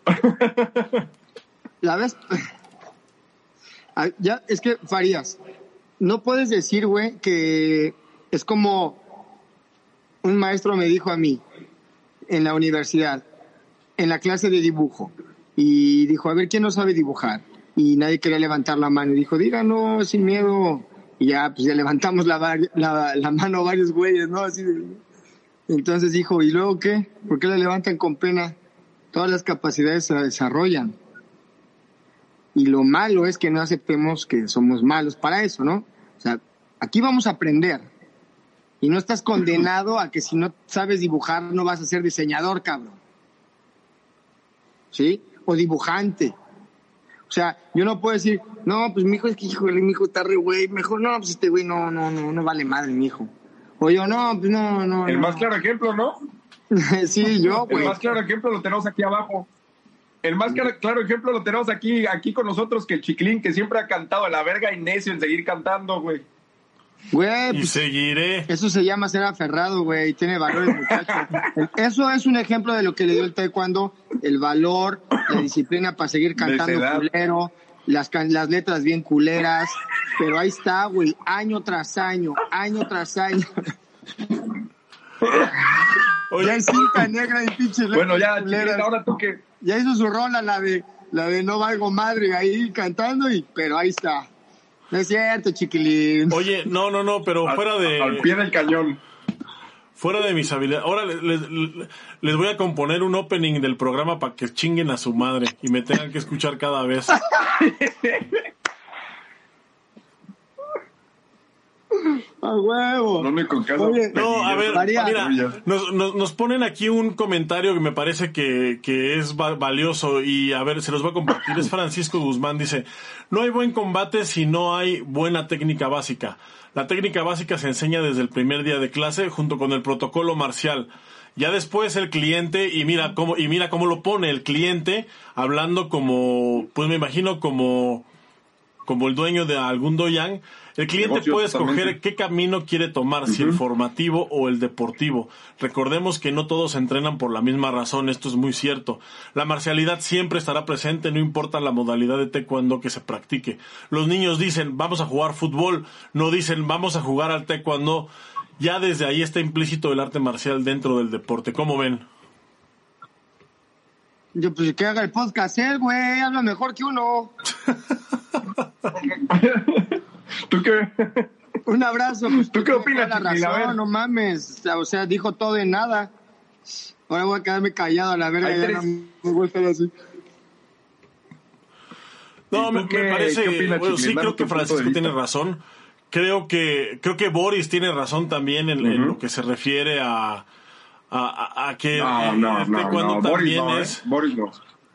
[SPEAKER 4] La vez. Ay, ya, es que Farías, no puedes decir, güey, que es como un maestro me dijo a mí en la universidad, en la clase de dibujo, y dijo, a ver, ¿quién no sabe dibujar? Y nadie quería levantar la mano, y dijo, díganlo sin miedo. Y ya, pues ya levantamos la, var- la, la mano varios güeyes, ¿no? Así de... Entonces dijo, ¿y luego qué? ¿Por qué la levantan con pena? Todas las capacidades se desarrollan. Y lo malo es que no aceptemos que somos malos para eso, ¿no? O sea, aquí vamos a aprender. Y no estás condenado a que si no sabes dibujar no vas a ser diseñador, cabrón. ¿Sí? O dibujante. O sea, yo no puedo decir, no, pues mi hijo es que, híjole, mi hijo está re güey, mejor, no, pues este güey no, no, no, no vale madre, mi hijo. O yo, no, pues no, no.
[SPEAKER 2] El
[SPEAKER 4] no.
[SPEAKER 2] más claro ejemplo, ¿no?
[SPEAKER 4] Sí, yo,
[SPEAKER 2] El
[SPEAKER 4] güey.
[SPEAKER 2] más claro ejemplo lo tenemos aquí abajo. El más claro, claro ejemplo lo tenemos aquí, aquí con nosotros, que el Chiclín, que siempre ha cantado a la verga y necio en seguir cantando, güey.
[SPEAKER 4] Güey,
[SPEAKER 1] Y
[SPEAKER 4] pues,
[SPEAKER 1] seguiré.
[SPEAKER 4] eso se llama ser aferrado, güey, y tiene valores, muchacho. Eso es un ejemplo de lo que le dio el taekwondo, el valor, la disciplina para seguir cantando
[SPEAKER 2] Necedad.
[SPEAKER 4] culero, las, can- las letras bien culeras, pero ahí está, güey, año tras año, año tras año.
[SPEAKER 1] Oye,
[SPEAKER 4] Ya es cinta negra y pinches letras
[SPEAKER 2] Bueno, ya,
[SPEAKER 4] culeras.
[SPEAKER 2] Chiclín, ahora tú que...
[SPEAKER 4] Ya hizo su rola, la de, la de no valgo madre, ahí cantando, y pero ahí está. No es cierto, chiquilín.
[SPEAKER 1] oye, no, no, no, pero fuera de...
[SPEAKER 2] Al pie del cañón.
[SPEAKER 1] Fuera de mis habilidades. Ahora les, les- les voy a componer un opening del programa para que chinguen a su madre y me tengan que escuchar cada vez.
[SPEAKER 4] A huevo.
[SPEAKER 2] No me con caso.
[SPEAKER 4] Oye,
[SPEAKER 1] No, a ver,
[SPEAKER 4] María.
[SPEAKER 1] mira, nos, nos, nos ponen aquí un comentario que me parece que, que es va- valioso y a ver, se los voy a compartir. Es Francisco Guzmán, dice, no hay buen combate si no hay buena técnica básica. La técnica básica se enseña desde el primer día de clase junto con el protocolo marcial. Ya después el cliente, y mira cómo, y mira cómo lo pone el cliente, hablando como, pues me imagino como, como el dueño de algún doyan. El cliente
[SPEAKER 2] Negocio,
[SPEAKER 1] puede escoger
[SPEAKER 2] totalmente.
[SPEAKER 1] qué camino quiere tomar, si el formativo o el deportivo. Recordemos que no todos entrenan por la misma razón, esto es muy cierto. La marcialidad siempre estará presente, no importa la modalidad de taekwondo que se practique. Los niños dicen, vamos a jugar fútbol, no dicen, vamos a jugar al taekwondo. Ya desde ahí está implícito el arte marcial dentro del deporte. ¿Cómo ven?
[SPEAKER 4] Yo, pues que haga el podcast él, güey, habla mejor que uno.
[SPEAKER 2] ¿Tú qué?
[SPEAKER 4] Un abrazo. Pues,
[SPEAKER 2] ¿Tú qué
[SPEAKER 4] tiene
[SPEAKER 2] opinas,
[SPEAKER 4] toda la
[SPEAKER 2] Chiquilín? A
[SPEAKER 4] razón,
[SPEAKER 2] ver.
[SPEAKER 4] no mames. O sea, dijo todo en nada. Ahora voy a quedarme callado a la verga.
[SPEAKER 2] Hay
[SPEAKER 4] Ya
[SPEAKER 2] tres-
[SPEAKER 4] no me voy a estar así.
[SPEAKER 1] No,
[SPEAKER 2] ¿Y
[SPEAKER 1] me,
[SPEAKER 2] tú qué-
[SPEAKER 1] me parece,
[SPEAKER 2] qué opinas,
[SPEAKER 1] bueno, sí,
[SPEAKER 2] Chiquilín?
[SPEAKER 1] creo
[SPEAKER 2] Danos
[SPEAKER 1] que
[SPEAKER 2] tu punto de
[SPEAKER 1] Francisco
[SPEAKER 2] vista.
[SPEAKER 1] tiene razón. Creo que, creo que Boris tiene razón también en, en
[SPEAKER 2] Ujú.
[SPEAKER 1] lo que se refiere a, a, a- a que
[SPEAKER 2] No, no,
[SPEAKER 1] el
[SPEAKER 2] no,
[SPEAKER 1] taekwondo
[SPEAKER 2] no. Boris
[SPEAKER 1] también
[SPEAKER 2] no, ¿eh?
[SPEAKER 1] es...
[SPEAKER 2] Boris no.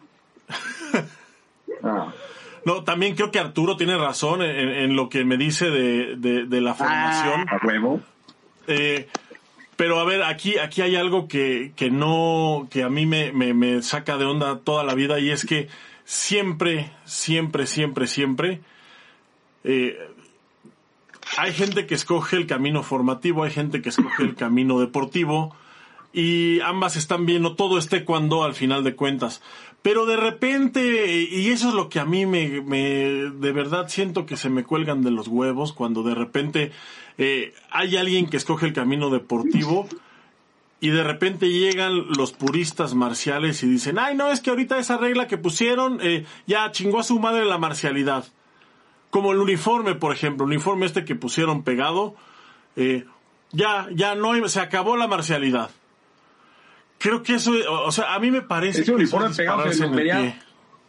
[SPEAKER 2] Ah.
[SPEAKER 1] No, también creo que Arturo tiene razón en, en- en lo que me dice de, de, de la formación.
[SPEAKER 2] A huevo.
[SPEAKER 1] Eh, pero a ver, aquí, aquí hay algo que, que no, que a mí me, me, me saca de onda toda la vida, y es que siempre, siempre, siempre, siempre, eh, hay gente que escoge el camino formativo, hay gente que escoge el camino deportivo, y ambas están bien, no todo es taekwondo al final de cuentas. Pero de repente, y eso es lo que a mí me, me de verdad siento que se me cuelgan de los huevos, cuando de repente eh, hay alguien que escoge el camino deportivo y de repente llegan los puristas marciales y dicen, ay, no, es que ahorita esa regla que pusieron eh, ya chingó a su madre la marcialidad. Como el uniforme, por ejemplo, el uniforme este que pusieron pegado, eh, ya, ya no hay, se acabó la marcialidad. Creo que eso, o sea, a mí me parece
[SPEAKER 2] ese
[SPEAKER 1] que
[SPEAKER 2] uniforme
[SPEAKER 1] eso es
[SPEAKER 2] pegado
[SPEAKER 1] dispararse
[SPEAKER 2] se
[SPEAKER 1] en el
[SPEAKER 2] vería...
[SPEAKER 1] pie.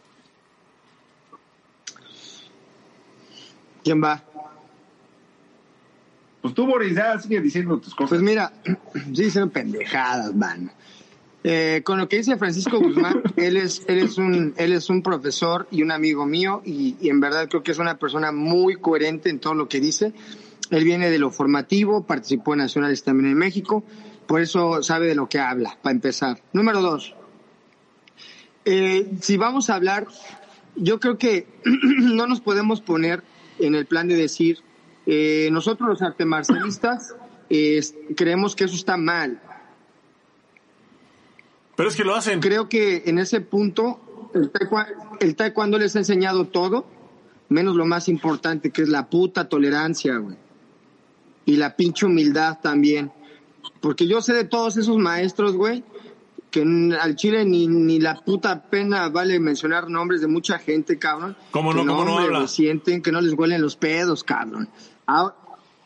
[SPEAKER 4] ¿Quién va?
[SPEAKER 2] Pues tú, Boris, ya sigue diciendo tus cosas.
[SPEAKER 4] Pues mira, sí, son pendejadas, man. Eh, con lo que dice Francisco Guzmán, él es, él es un, él es un profesor y un amigo mío, y, y en verdad creo que es una persona muy coherente en todo lo que dice. Él viene de lo formativo, participó en Nacionales también en México, por eso sabe de lo que habla, para empezar. Número dos, eh, si vamos a hablar, yo creo que no nos podemos poner en el plan de decir, eh, nosotros los artes marcialistas eh, creemos que eso está mal.
[SPEAKER 1] Pero es que lo hacen.
[SPEAKER 4] Creo que en ese punto el taekwondo, el taekwondo les ha enseñado todo, menos lo más importante, que es la puta tolerancia, güey. Y la pinche humildad también. Porque yo sé de todos esos maestros, güey, que al chile ni, ni la puta pena vale mencionar nombres de mucha gente, cabrón.
[SPEAKER 1] ¿Cómo no?
[SPEAKER 4] Que
[SPEAKER 1] ¿Cómo no habla?
[SPEAKER 4] Lo sienten, que no les huelen los pedos, cabrón. Ahora,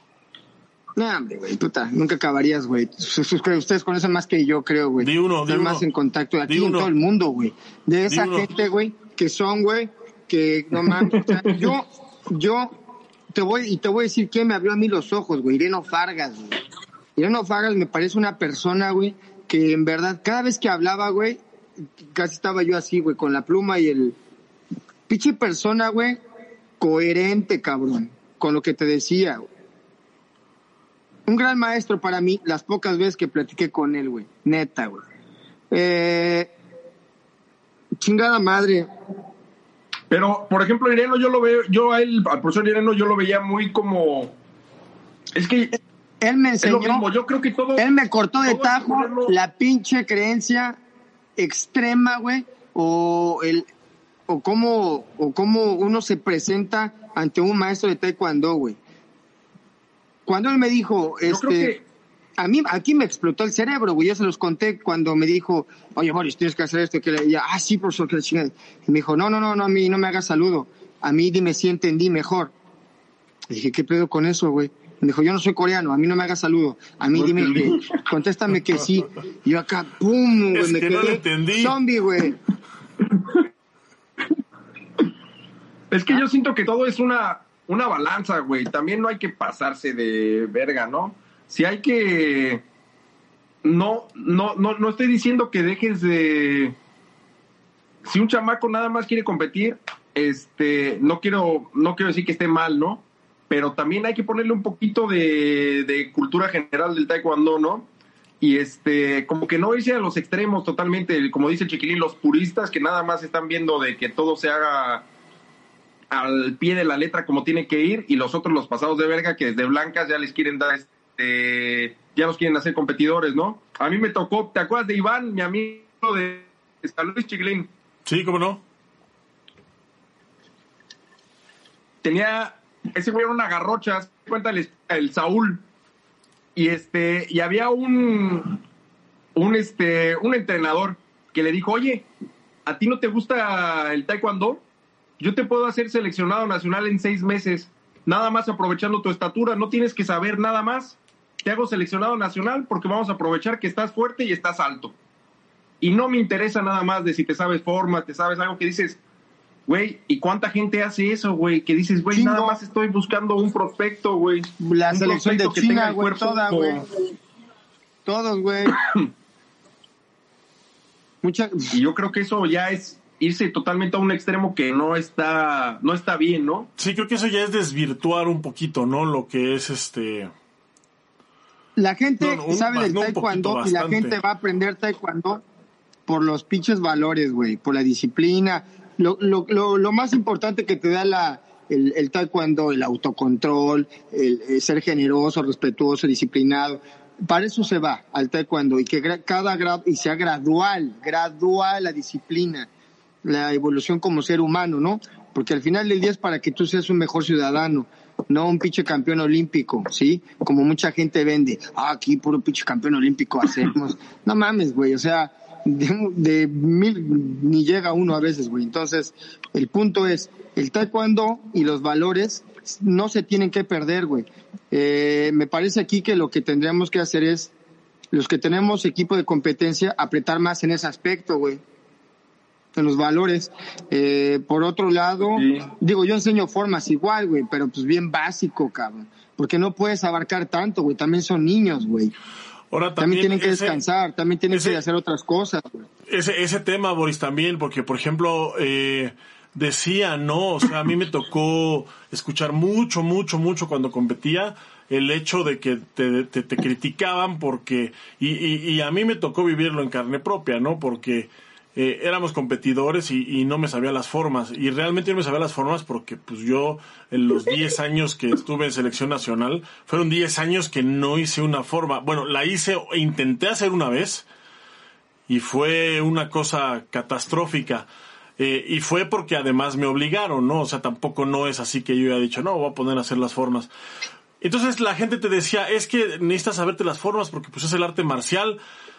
[SPEAKER 4] no, hombre, güey, puta, nunca acabarías, güey. Ustedes conocen más que yo, creo, güey.
[SPEAKER 1] Di uno, di
[SPEAKER 4] Están
[SPEAKER 1] uno.
[SPEAKER 4] más en contacto aquí
[SPEAKER 1] Di
[SPEAKER 4] en
[SPEAKER 1] uno.
[SPEAKER 4] todo el mundo, güey. De esa
[SPEAKER 1] Di uno.
[SPEAKER 4] gente, güey, que son, güey, que no mames. O sea, yo, yo te voy, y te voy a decir quién me abrió a mí los ojos, güey. Ireno Fargas, güey. Ireno Fargas me parece una persona, güey, que en verdad, cada vez que hablaba, güey, casi estaba yo así, güey, con la pluma y el... Pinche persona, güey, coherente, cabrón, con lo que te decía, güey. Un gran maestro para mí, las pocas veces que platiqué con él, güey. Neta, güey. Eh, chingada madre.
[SPEAKER 2] Pero, por ejemplo, Ireno, yo lo veo, yo a él, al profesor Ireno, yo lo veía muy como... Es que...
[SPEAKER 4] Él me
[SPEAKER 2] Es lo
[SPEAKER 4] enseñó,
[SPEAKER 2] mismo, yo creo que todo...
[SPEAKER 4] él me cortó de
[SPEAKER 2] todo hay que
[SPEAKER 4] tajo
[SPEAKER 2] ponerlo-
[SPEAKER 4] la pinche creencia extrema, güey, o el, o cómo, o cómo uno se presenta ante un maestro de taekwondo, güey. Cuando él me dijo,
[SPEAKER 2] Yo
[SPEAKER 4] este,
[SPEAKER 2] creo que...
[SPEAKER 4] a mí, aquí me explotó el cerebro, güey, yo se los conté cuando me dijo, oye, Boris, tienes que hacer esto, que le decía, ah, sí, profesor, que le chingada. Y me dijo, no, no, no, no, a mí no me hagas saludo, a mí dime si entendí mejor. Y dije, ¿qué pedo con eso, güey? Me dijo, yo no soy coreano, a mí no me hagas saludo, a mí
[SPEAKER 2] No
[SPEAKER 4] dime
[SPEAKER 2] entendí.
[SPEAKER 4] que, contéstame que sí. Y yo acá, pum, güey,
[SPEAKER 1] Es
[SPEAKER 4] me
[SPEAKER 1] que no
[SPEAKER 4] quedé
[SPEAKER 1] le entendí.
[SPEAKER 4] zombie, güey.
[SPEAKER 2] Es que yo siento que todo es una, una balanza, güey. También no hay que pasarse de verga, ¿no? Si hay que... No, no, no, no estoy diciendo que dejes de... Si un chamaco nada más quiere competir, este, no quiero, no quiero decir que esté mal, ¿no? Pero también hay que ponerle un poquito de, de cultura general del taekwondo, ¿no? Y este, como que no irse a los extremos totalmente, como dice el Chiquilín, los puristas que nada más están viendo de que todo se haga al pie de la letra como tiene que ir, y los otros, los pasados de verga, que desde blancas ya les quieren dar, este, ya los quieren hacer competidores, ¿no? A mí me tocó, ¿te acuerdas de Iván, mi amigo de San Luis, Chiquilín?
[SPEAKER 1] Sí, ¿cómo no?
[SPEAKER 2] Tenía, ese güey era una garrocha, cuéntale, el Saúl, y este, y había un, un este, un entrenador que le dijo, oye, ¿a ti no te gusta el taekwondo? Yo te puedo hacer seleccionado nacional en seis meses, nada más aprovechando tu estatura, no tienes que saber nada más, te hago seleccionado nacional porque vamos a aprovechar que estás fuerte y estás alto. Y no me interesa nada más de si te sabes forma, te sabes algo que dices, güey, ¿y cuánta gente hace eso, güey? Que dices, güey,
[SPEAKER 4] Chingo.
[SPEAKER 2] nada más estoy buscando un prospecto, güey.
[SPEAKER 4] La
[SPEAKER 2] Un
[SPEAKER 4] selección de
[SPEAKER 2] prospecto que tenga
[SPEAKER 4] China,
[SPEAKER 2] el
[SPEAKER 4] güey,
[SPEAKER 2] cuerpo
[SPEAKER 4] toda,
[SPEAKER 2] como-
[SPEAKER 4] güey. Todos, güey. Mucha...
[SPEAKER 2] Y yo creo que eso ya es irse totalmente a un extremo que no está, no está bien, ¿no?
[SPEAKER 1] Sí, creo que eso ya es desvirtuar un poquito, ¿no? Lo que es este...
[SPEAKER 4] La gente
[SPEAKER 1] No, no, un-
[SPEAKER 4] sabe del
[SPEAKER 1] no, un
[SPEAKER 4] taekwondo
[SPEAKER 1] poquito,
[SPEAKER 4] y la
[SPEAKER 1] bastante.
[SPEAKER 4] gente va a aprender taekwondo por los pinches valores, güey, por la disciplina. Lo, lo, lo, lo más importante que te da la, el, el taekwondo, el autocontrol, el, el ser generoso, respetuoso, disciplinado. Para eso se va al taekwondo y que gra- cada grado, y sea gradual, gradual la disciplina, la evolución como ser humano, ¿no? Porque al final del día es para que tú seas un mejor ciudadano. no un pinche campeón olímpico, ¿sí? Como mucha gente vende, ah, aquí puro pinche campeón olímpico hacemos. No mames, güey, o sea, de, de mil ni llega uno a veces, güey. Entonces, el punto es, el taekwondo y los valores no se tienen que perder, güey. Eh, me parece aquí que lo que tendríamos que hacer es, los que tenemos equipo de competencia, apretar más en ese aspecto, güey. En los valores. Eh, por otro lado, sí. digo, yo enseño formas igual, güey, pero pues bien básico, cabrón. Porque no puedes abarcar tanto, güey. También son niños, güey.
[SPEAKER 1] Ahora también,
[SPEAKER 4] también tienen que
[SPEAKER 1] ese,
[SPEAKER 4] descansar, también tienen
[SPEAKER 1] ese,
[SPEAKER 4] que hacer otras cosas, güey.
[SPEAKER 1] Ese, ese tema, Boris, también, porque, por ejemplo, eh, decía, ¿no? O sea, a mí me tocó escuchar mucho, mucho, mucho cuando competía el hecho de que te, te, te criticaban porque, y, y, y a mí me tocó vivirlo en carne propia, ¿no? Porque Eh, éramos competidores y, y no me sabía las formas, y realmente no me sabía las formas porque pues yo en los diez años que estuve en selección nacional, fueron diez años que no hice una forma. Bueno, la hice, intenté hacer una vez y fue una cosa catastrófica, eh, y fue porque además me obligaron, ¿no? O sea, tampoco no es así que yo haya dicho, no, voy a poner a hacer las formas. Entonces la gente te decía, es que necesitas saberte las formas porque pues es el arte marcial.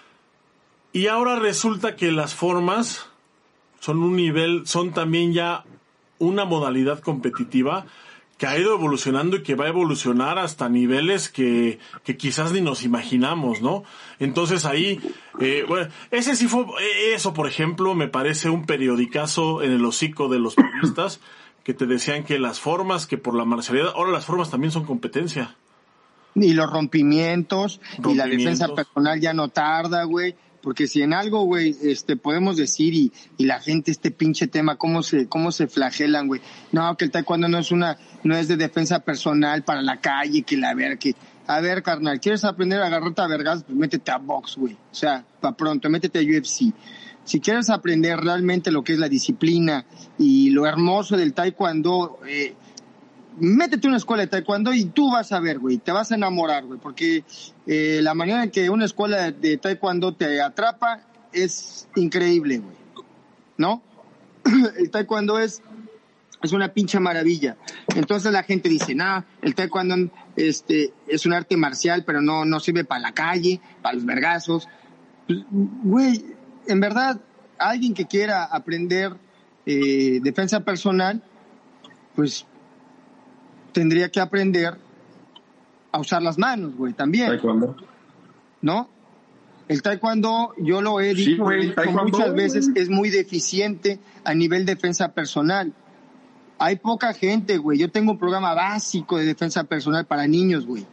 [SPEAKER 1] Y ahora resulta que las formas son un nivel, son también ya una modalidad competitiva que ha ido evolucionando y que va a evolucionar hasta niveles que, que quizás ni nos imaginamos, ¿no? Entonces ahí, eh, bueno, ese sí fue, eso por ejemplo, me parece un periodicazo en el hocico de los periodistas que te decían que las formas, que por la marcialidad, ahora las formas también son competencia.
[SPEAKER 4] Y los rompimientos,
[SPEAKER 1] rompimientos.
[SPEAKER 4] y la defensa personal ya no tarda, güey. Porque si en algo, güey, este, podemos decir y, y la gente, este pinche tema, cómo se, cómo se flagelan, güey. No, que el taekwondo no es una, no es de defensa personal para la calle, que la ver, que, a ver, carnal, ¿quieres aprender a agarrarte a vergas? Pues métete a box, güey. O sea, pa' pronto, métete a U F C. Si quieres aprender realmente lo que es la disciplina y lo hermoso del taekwondo, eh, métete a una escuela de taekwondo y tú vas a ver, güey, te vas a enamorar, güey, porque eh, la manera en que una escuela de, de taekwondo te atrapa es increíble, güey, ¿no? El taekwondo es es una pinche maravilla. Entonces la gente dice, nah, el taekwondo este, es un arte marcial, pero no, no sirve para la calle, para los vergazos. Pues, güey, en verdad, alguien que quiera aprender eh, defensa personal, pues tendría que aprender a usar las manos, güey, también.
[SPEAKER 2] Taekwondo.
[SPEAKER 4] ¿No? El taekwondo, yo lo he dicho,
[SPEAKER 2] sí, güey,
[SPEAKER 4] muchas veces, es muy deficiente a nivel defensa personal. Hay poca gente, güey. Yo tengo un programa básico de defensa personal para niños, güey.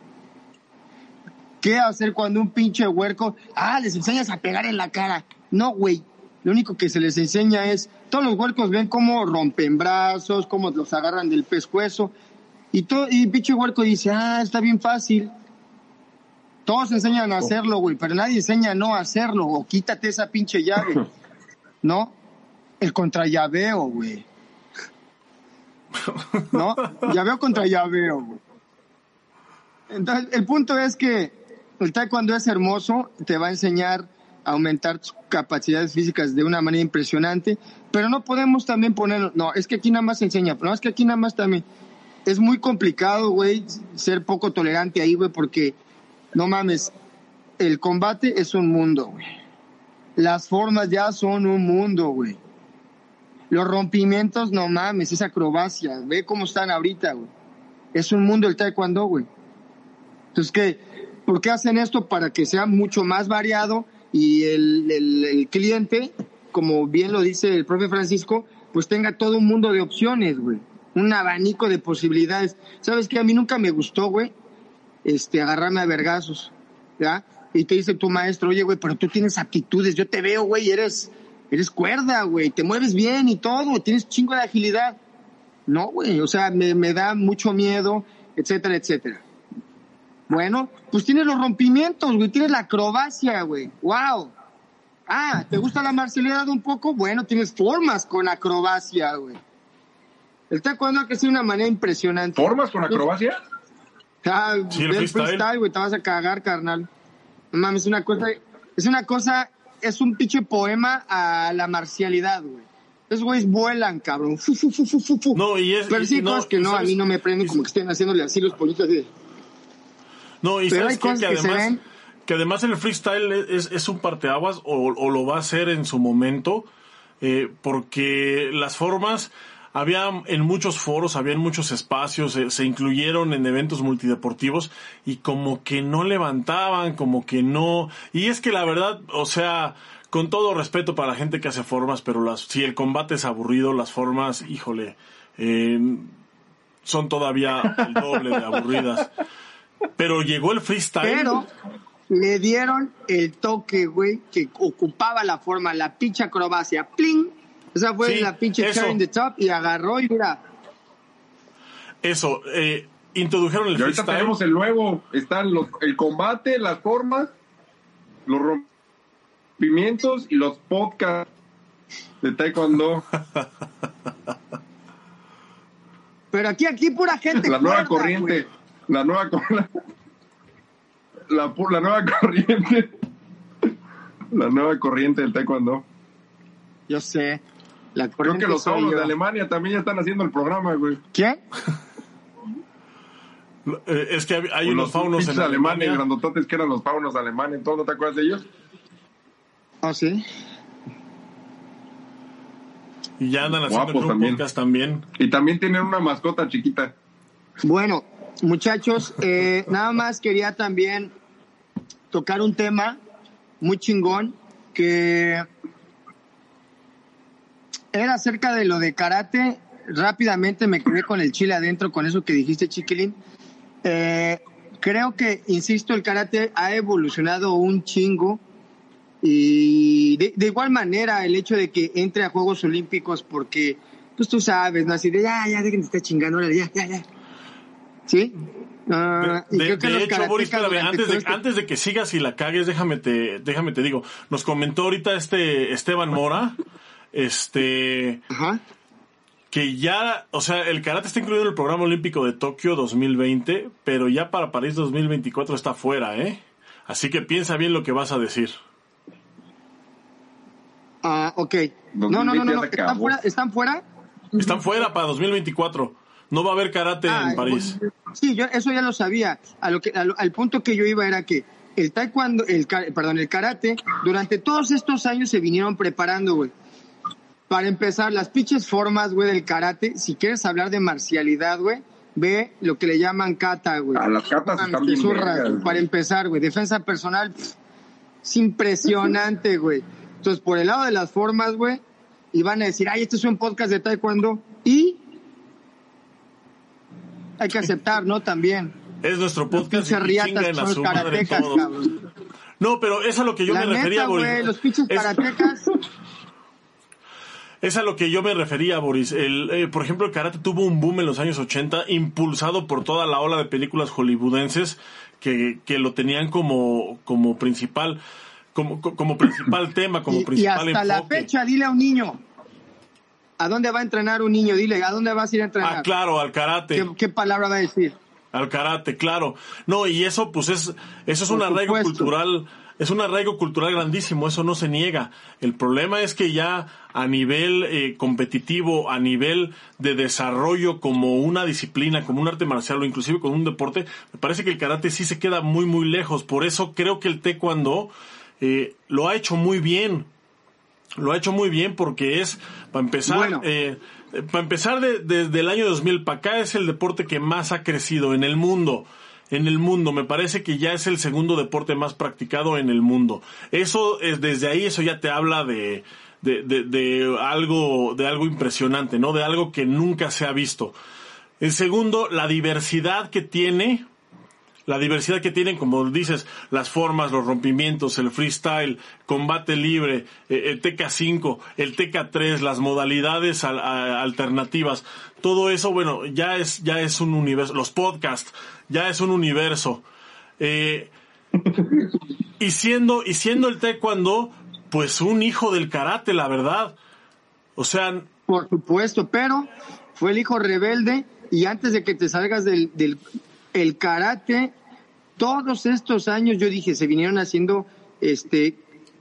[SPEAKER 4] ¿Qué hacer cuando un pinche huerco, ah, les enseñas a pegar en la cara? No, güey. Lo único que se les enseña es, todos los huercos ven cómo rompen brazos, cómo los agarran del pescuezo. Y todo, y el pinche huerco dice, ah, está bien fácil. Todos enseñan a hacerlo, güey, pero nadie enseña a no hacerlo, o quítate esa pinche llave, ¿no? El contrallaveo, güey. ¿No? Llaveo contra llaveo, güey. Entonces, el punto es que el taekwondo es hermoso, te va a enseñar a aumentar tus capacidades físicas de una manera impresionante, pero no podemos también ponerlo, no, es que aquí nada más se enseña, no, es que aquí nada más también. Es muy complicado, güey, ser poco tolerante ahí, güey, porque no mames, el combate es un mundo, güey. Las formas ya son un mundo, güey. Los rompimientos, no mames, es acrobacia. Ve cómo están ahorita, güey. Es un mundo el taekwondo, güey. Entonces, ¿qué? ¿Por qué hacen esto? Para que sea mucho más variado y el, el, el cliente, como bien lo dice el profe Francisco, pues tenga todo un mundo de opciones, güey. Un abanico de posibilidades. ¿Sabes qué? A mí nunca me gustó, güey, este, agarrarme a vergazos, ¿ya? Y te dice tu maestro, oye, güey, pero tú tienes aptitudes, yo te veo, güey, eres, eres cuerda, güey, te mueves bien y todo, tienes chingo de agilidad. No, güey, o sea, me, me da mucho miedo, etcétera, etcétera. Bueno, pues tienes los rompimientos, güey, tienes la acrobacia, güey, wow. Ah, ¿te gusta la marcialidad un poco? Bueno, tienes formas con acrobacia, güey. El taekwondo ha crecido de una manera impresionante.
[SPEAKER 2] ¿Formas con acrobacia?
[SPEAKER 4] Ah,
[SPEAKER 1] sí, el
[SPEAKER 4] del
[SPEAKER 1] freestyle,
[SPEAKER 4] freestyle, güey, te vas a cagar, carnal. No mames, es una cosa, es una cosa, es un pinche poema a la marcialidad, güey. Esos güeyes vuelan, cabrón. Fu, fu, fu, fu, fu.
[SPEAKER 1] No, y es,
[SPEAKER 4] pero sí hay
[SPEAKER 1] no,
[SPEAKER 4] cosas que no, ¿sabes? A mí no me prenden, como que estén haciéndole así los pollitos así.
[SPEAKER 1] No, y
[SPEAKER 4] pero
[SPEAKER 1] sabes
[SPEAKER 4] hay
[SPEAKER 1] qué?
[SPEAKER 4] cosas
[SPEAKER 1] que
[SPEAKER 4] que,
[SPEAKER 1] además,
[SPEAKER 4] se ven...
[SPEAKER 1] que además el freestyle es, es un parteaguas o, o lo va a hacer en su momento, eh, porque las formas... Había en muchos foros, había en muchos espacios, se, se incluyeron en eventos multideportivos y como que no levantaban, como que no... Y es que la verdad, o sea, con todo respeto para la gente que hace formas, pero las si el combate es aburrido, las formas, híjole, eh, son todavía el doble de aburridas. Pero llegó el freestyle.
[SPEAKER 4] Pero le dieron el toque, güey, que ocupaba la forma, la pinche acrobacia, ¡pling! Esa fue sí, la pinche cherry in the top y agarró y mira.
[SPEAKER 1] Eso, eh, introdujeron el
[SPEAKER 2] y ahorita
[SPEAKER 1] freestyle.
[SPEAKER 2] Tenemos el nuevo, están los, el combate, las formas, los rompimientos y los podcasts de taekwondo.
[SPEAKER 4] Pero aquí, aquí pura gente.
[SPEAKER 2] La nueva
[SPEAKER 4] cuerda,
[SPEAKER 2] corriente,
[SPEAKER 4] güey.
[SPEAKER 2] la nueva la, la, la nueva corriente, la nueva corriente del taekwondo.
[SPEAKER 4] Yo sé. La
[SPEAKER 2] Creo que los faunos de Alemania también ya están haciendo el programa, güey.
[SPEAKER 4] ¿Quién?
[SPEAKER 1] Eh, es que hay, hay unos
[SPEAKER 2] los
[SPEAKER 1] faunos en
[SPEAKER 2] Alemania. Grandototes que eran los faunos alemanes. ¿Todo no te acuerdas de ellos?
[SPEAKER 4] Ah, sí.
[SPEAKER 1] Y ya andan haciendo
[SPEAKER 2] Guapos
[SPEAKER 1] un
[SPEAKER 2] también.
[SPEAKER 1] podcast también.
[SPEAKER 2] Y también tienen una mascota chiquita.
[SPEAKER 4] Bueno, muchachos, eh, nada más quería también tocar un tema muy chingón que... Era acerca de lo de karate. Rápidamente me quedé con el chile adentro con eso que dijiste, Chiquilín. Eh, creo que, insisto, el karate ha evolucionado un chingo. Y de, de igual manera, el hecho de que entre a Juegos Olímpicos, porque, pues tú sabes, ¿no? Así de, ya, ya, dejen de estar chingando, ya, ya, ya. ¿Sí? Uh,
[SPEAKER 1] de, de, de hecho, Boris, espérame, antes de, este... antes de que sigas y la cagues, déjame te, déjame te digo. Nos comentó ahorita este Esteban Mora. Este,
[SPEAKER 4] Ajá.
[SPEAKER 1] que ya, o sea, el karate está incluido en el programa olímpico de Tokio dos mil veinte, pero ya para París dos mil veinticuatro está fuera, ¿eh? Así que piensa bien lo que vas a decir.
[SPEAKER 4] Ah, uh, ok. No, no, no, no, no. ¿Están fuera? ¿Están fuera?
[SPEAKER 1] Están fuera para dos mil veinticuatro. No va a haber karate ah, en París.
[SPEAKER 4] Pues, sí, yo eso ya lo sabía. A lo que, a lo, al punto que yo iba era que el taekwondo, el, perdón, el karate, durante todos estos años se vinieron preparando, güey. Para empezar, las pinches formas, güey, del karate, si quieres hablar de marcialidad, güey, ve lo que le llaman kata, güey.
[SPEAKER 2] A las katas están bien
[SPEAKER 4] vergas, para empezar, güey, defensa personal, pff, es impresionante, güey. Entonces, por el lado de las formas, güey, y van a decir, ay, este es un podcast de taekwondo, y hay que aceptar, ¿no? También.
[SPEAKER 1] Es nuestro podcast y chingan a su madre
[SPEAKER 4] karatecas,
[SPEAKER 1] todo.
[SPEAKER 4] Cabrón.
[SPEAKER 1] No, pero es a lo que yo
[SPEAKER 4] La
[SPEAKER 1] me
[SPEAKER 4] neta,
[SPEAKER 1] refería, Boris.
[SPEAKER 4] Güey, los pinches
[SPEAKER 1] es...
[SPEAKER 4] karatecas...
[SPEAKER 1] Es a lo que yo me refería, Boris. El, eh, por ejemplo, el karate tuvo un boom en los años ochenta, impulsado por toda la ola de películas hollywoodenses que, que lo tenían como, como principal, como, como principal tema, como
[SPEAKER 4] y,
[SPEAKER 1] principal
[SPEAKER 4] y hasta
[SPEAKER 1] enfoque.
[SPEAKER 4] La fecha, dile a un niño, ¿a dónde va a entrenar un niño? Dile, ¿a dónde vas a ir a entrenar?
[SPEAKER 1] Ah, claro, al karate.
[SPEAKER 4] ¿Qué, qué palabra va a decir?
[SPEAKER 1] Al karate, claro. No, y eso, pues es, eso es un arraigo cultural, es un arraigo cultural grandísimo, eso no se niega. El problema es que ya a nivel eh, competitivo, a nivel de desarrollo como una disciplina, como un arte marcial o inclusive como un deporte, me parece que el karate sí se queda muy, muy lejos. Por eso creo que el taekwondo eh, lo ha hecho muy bien. Lo ha hecho muy bien porque es, para empezar,
[SPEAKER 4] bueno.
[SPEAKER 1] eh, para empezar de, desde el año dos mil para acá es el deporte que más ha crecido en el mundo. En el mundo, me parece que ya es el segundo deporte más practicado en el mundo. Eso es, desde ahí, eso ya te habla de, de, de, de algo, de algo impresionante, ¿no? De algo que nunca se ha visto. En segundo, la diversidad que tiene, la diversidad que tienen, como dices, las formas, los rompimientos, el freestyle, combate libre, eh, el T K cinco, el T K tres, las modalidades al, a, alternativas, todo eso, bueno, ya es, ya es un universo, los podcasts, ya es un universo. Eh, y siendo, y siendo el taekwondo, pues un hijo del karate, la verdad. O sea...
[SPEAKER 4] Por supuesto, pero fue el hijo rebelde y antes de que te salgas del, del el karate, todos estos años yo dije, se vinieron haciendo este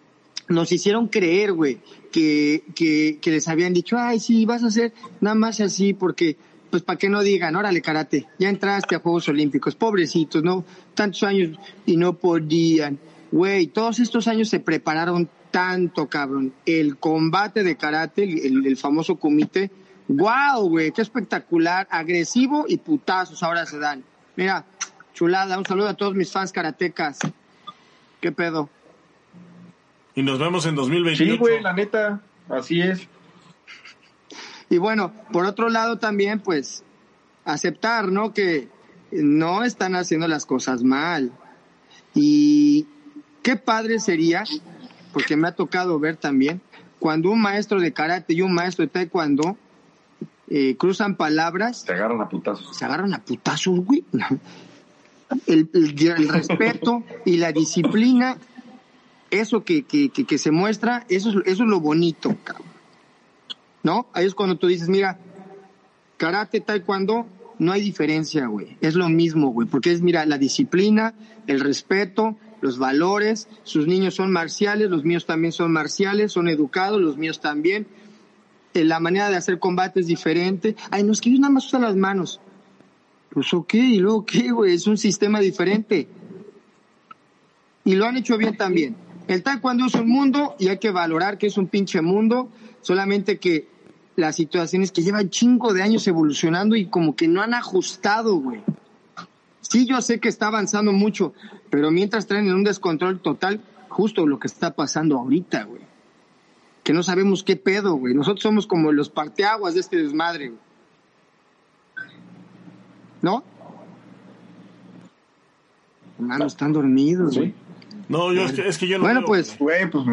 [SPEAKER 4] nos hicieron creer, güey, que, que, que les habían dicho, ay, sí, vas a hacer nada más así porque, pues, para que no digan, órale, karate, ya entraste a Juegos Olímpicos, pobrecitos, ¿no? Tantos años y no podían. Güey, todos estos años se prepararon tanto, cabrón. El combate de karate, el, el famoso kumite, wow, güey, qué espectacular, agresivo y putazos ahora se dan. Mira, chulada, un saludo a todos mis fans karatecas. ¿Qué pedo?
[SPEAKER 1] Y nos vemos en dos mil veintiocho.
[SPEAKER 2] Sí, güey, la neta, así es.
[SPEAKER 4] Y bueno, por otro lado también, pues, aceptar, ¿no? Que no están haciendo las cosas mal. Y qué padre sería, porque me ha tocado ver también, cuando un maestro de karate y un maestro de taekwondo eh, cruzan palabras.
[SPEAKER 2] Se agarran a putazos.
[SPEAKER 4] Se agarran a putazos, güey. El, el, el respeto y la disciplina, eso que, que, que, que se muestra, eso es, eso es lo bonito, cabrón. ¿No? Ahí es cuando tú dices, mira, karate, taekwondo, no hay diferencia, güey. Es lo mismo, güey, porque es, mira, la disciplina, el respeto, los valores. Sus niños son marciales, los míos también son marciales, son educados, los míos también. Eh, la manera de hacer combate es diferente. Ay, no, es que ellos nada más usan las manos. Pues ok, ¿y luego qué, güey? Es un sistema diferente. Y lo han hecho bien también. El taekwondo es un mundo y hay que valorar que es un pinche mundo, solamente que la situación es que llevan chingo de años evolucionando y como que no han ajustado, güey. Sí, yo sé que está avanzando mucho, pero mientras traen en un descontrol total, justo lo que está pasando ahorita, güey. Que no sabemos qué pedo, güey. Nosotros somos como los parteaguas de este desmadre, güey. ¿No? Hermano, están dormidos, güey.
[SPEAKER 1] ¿Sí? No, yo es que, es que yo no.
[SPEAKER 4] Bueno,
[SPEAKER 1] veo.
[SPEAKER 4] pues.
[SPEAKER 2] Güey, pues.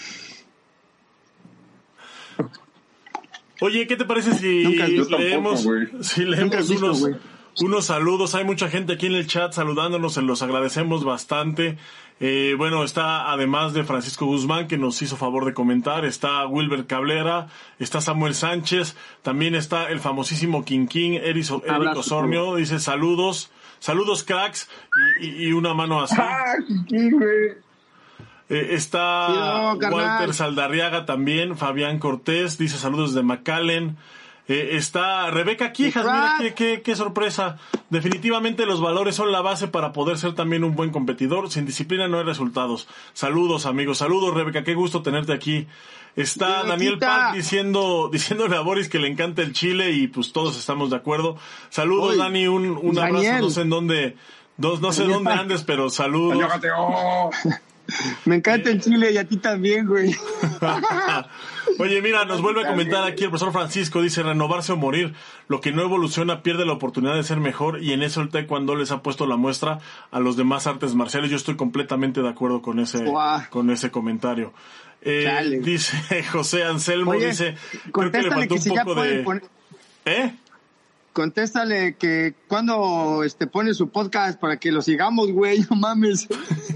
[SPEAKER 1] Oye, ¿qué te parece si
[SPEAKER 2] Nunca, yo tampoco,
[SPEAKER 1] leemos,
[SPEAKER 2] güey.
[SPEAKER 1] si leemos
[SPEAKER 4] visto,
[SPEAKER 1] unos,
[SPEAKER 4] güey.
[SPEAKER 1] unos saludos? Hay mucha gente aquí en el chat saludándonos, se los agradecemos bastante. Eh, bueno, está además de Francisco Guzmán, que nos hizo favor de comentar, está Wilber Cabrera, está Samuel Sánchez, también está el famosísimo Quinquín, Eric Osornio, dice saludos, saludos cracks, y, y, y una mano así.
[SPEAKER 2] ¡Ah, Quinquín, güey!
[SPEAKER 1] Eh, está
[SPEAKER 4] sí, no,
[SPEAKER 1] Walter Saldarriaga también, Fabián Cortés, dice saludos de McAllen. Eh, está Rebeca Quijas, mira qué, qué, qué sorpresa. Definitivamente los valores son la base para poder ser también un buen competidor. Sin disciplina no hay resultados. Saludos, amigos. Saludos, Rebeca. Qué gusto tenerte aquí. Está
[SPEAKER 4] Rebequita.
[SPEAKER 1] Daniel Park diciendo, diciéndole a Boris que le encanta el chile y pues todos estamos de acuerdo. Saludos,
[SPEAKER 4] Oy,
[SPEAKER 1] Dani. Un, un abrazo.
[SPEAKER 4] Daniel.
[SPEAKER 1] No sé en dónde, no, no sé
[SPEAKER 4] Daniel
[SPEAKER 1] dónde
[SPEAKER 4] Park.
[SPEAKER 1] andes, pero saludos.
[SPEAKER 2] ¡Oh!
[SPEAKER 4] Me encanta el chile y a ti también, güey.
[SPEAKER 1] Oye, mira, nos vuelve a comentar aquí el profesor Francisco, dice renovarse o morir, lo que no evoluciona pierde la oportunidad de ser mejor y en eso el taekwondo les ha puesto la muestra a los demás artes marciales. Yo estoy completamente de acuerdo con ese,
[SPEAKER 4] Wow.
[SPEAKER 1] con ese comentario. Eh, dice José Anselmo,
[SPEAKER 4] Oye,
[SPEAKER 1] dice, creo que le
[SPEAKER 4] contéstale
[SPEAKER 1] faltó
[SPEAKER 4] que si
[SPEAKER 1] un
[SPEAKER 4] ya
[SPEAKER 1] poco
[SPEAKER 4] pueden
[SPEAKER 1] de...
[SPEAKER 4] poner-
[SPEAKER 1] ¿Eh?
[SPEAKER 4] Contéstale que cuando este pone su podcast para que lo sigamos, güey, no mames.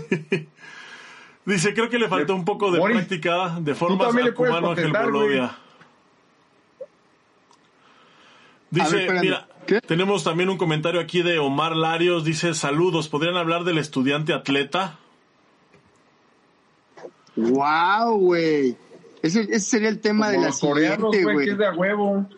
[SPEAKER 1] Dice, creo que le faltó un poco de
[SPEAKER 2] Boris,
[SPEAKER 1] práctica de formas
[SPEAKER 2] también le
[SPEAKER 1] al
[SPEAKER 2] puedes
[SPEAKER 1] cubano Ángel
[SPEAKER 2] contestar,
[SPEAKER 1] Bolodia. Dice,
[SPEAKER 4] A ver, espérame.
[SPEAKER 1] mira,
[SPEAKER 4] ¿Qué?
[SPEAKER 1] tenemos también un comentario aquí de Omar Larios, dice, saludos, ¿podrían hablar del estudiante atleta?
[SPEAKER 4] Wow, güey. Ese, ese sería el tema
[SPEAKER 2] Como
[SPEAKER 4] de la
[SPEAKER 2] los coreanos,
[SPEAKER 4] siguiente,
[SPEAKER 2] güey,
[SPEAKER 4] güey.
[SPEAKER 2] que es de a huevo.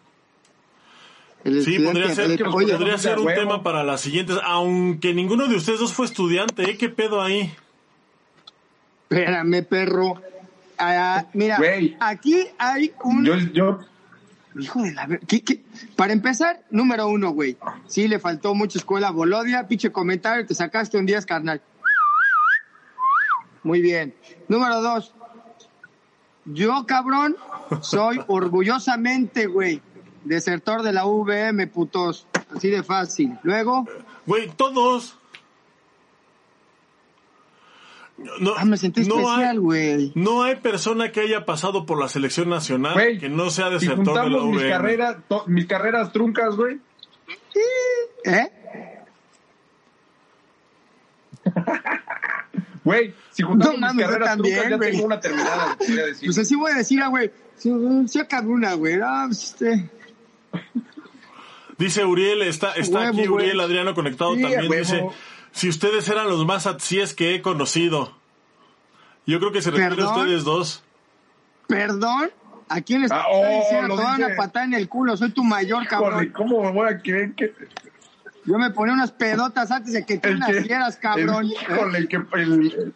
[SPEAKER 4] El
[SPEAKER 1] Sí,
[SPEAKER 4] estudiante
[SPEAKER 1] podría ser,
[SPEAKER 4] atleta. Oye,
[SPEAKER 1] podría ser un
[SPEAKER 2] huevo.
[SPEAKER 1] tema para las siguientes, aunque ninguno de ustedes dos fue estudiante, ¿eh? ¿Qué pedo ahí?
[SPEAKER 4] espérame, perro. Ah, mira,
[SPEAKER 2] Güey.
[SPEAKER 4] aquí hay un...
[SPEAKER 2] Yo, yo,
[SPEAKER 4] Hijo de la... ver- ¿Qué, qué? Para empezar, número uno, güey. Sí, le faltó mucha escuela a Bolodia. Pinche comentario, te sacaste un diez, carnal. Muy bien. Número dos. Yo, cabrón, soy orgullosamente, güey, desertor de la U V M, putos. Así de fácil. Luego...
[SPEAKER 1] Güey, todos. No,
[SPEAKER 4] Ah, me sentí
[SPEAKER 1] no
[SPEAKER 4] especial,
[SPEAKER 1] hay,
[SPEAKER 4] güey.
[SPEAKER 1] no hay persona que haya pasado por la selección nacional
[SPEAKER 2] güey,
[SPEAKER 1] que no sea
[SPEAKER 2] si
[SPEAKER 1] desertor de la
[SPEAKER 2] juntamos
[SPEAKER 1] U
[SPEAKER 2] mis
[SPEAKER 1] V M.
[SPEAKER 2] carreras, to- mis carreras truncas, güey.
[SPEAKER 4] ¿Eh?
[SPEAKER 2] Güey, si juntamos
[SPEAKER 4] No mames,
[SPEAKER 2] mis
[SPEAKER 4] yo
[SPEAKER 2] carreras
[SPEAKER 4] también,
[SPEAKER 2] truncas, ya
[SPEAKER 4] güey.
[SPEAKER 2] tengo una terminada, te voy a decir.
[SPEAKER 4] Pues así voy a decir, ah, güey. Sí, sí acabé una, güey. Ah, pues este...
[SPEAKER 1] Dice Uriel, está, está
[SPEAKER 4] Huevo,
[SPEAKER 1] aquí
[SPEAKER 4] güey.
[SPEAKER 1] Uriel Adriano conectado
[SPEAKER 2] Sí,
[SPEAKER 1] también.
[SPEAKER 2] a huevo.
[SPEAKER 1] Dice, si ustedes eran los más atsies que he conocido. Yo creo que se refiere a ustedes dos.
[SPEAKER 4] ¿Perdón? ¿A quién le
[SPEAKER 2] Ah,
[SPEAKER 4] está
[SPEAKER 2] oh,
[SPEAKER 4] diciendo?
[SPEAKER 2] lo
[SPEAKER 4] Te van
[SPEAKER 2] dice.
[SPEAKER 4] a patar en el culo, soy tu mayor, cabrón.
[SPEAKER 2] Joder, ¿cómo me voy a creer que
[SPEAKER 4] Yo me ponía unas pedotas antes de que tú
[SPEAKER 2] el que-
[SPEAKER 4] nacieras, cabrón.
[SPEAKER 2] el- híjole, el que el,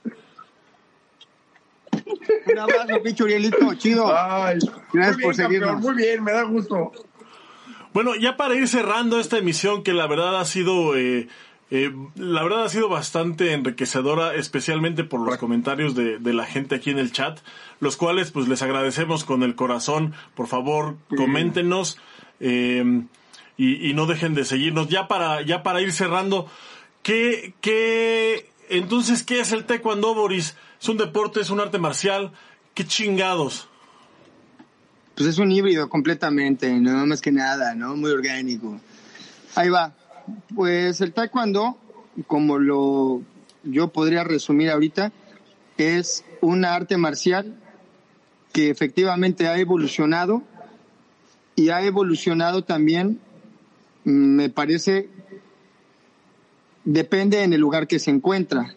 [SPEAKER 4] Un abrazo, pinche Urielito, chido.
[SPEAKER 2] ay,
[SPEAKER 4] Gracias
[SPEAKER 2] muy
[SPEAKER 4] por
[SPEAKER 2] bien,
[SPEAKER 4] seguirnos.
[SPEAKER 2] campeón, muy bien, me da gusto.
[SPEAKER 1] Bueno, ya para ir cerrando esta emisión, que la verdad ha sido, eh, eh, la verdad ha sido bastante enriquecedora, especialmente por los comentarios de, de la gente aquí en el chat, los cuales pues les agradecemos con el corazón. Por favor, coméntenos eh, y, y no dejen de seguirnos. Ya para, ya para ir cerrando, ¿qué, qué, entonces qué es el taekwondo, Boris? ¿Es un deporte, es un arte marcial? ¿Qué chingados?
[SPEAKER 4] Pues es un híbrido completamente, no más que nada, ¿no? Muy orgánico. Ahí va. Pues el taekwondo, como lo yo podría resumir ahorita, es un arte marcial que efectivamente ha evolucionado y ha evolucionado también, me parece, depende en el lugar que se encuentra.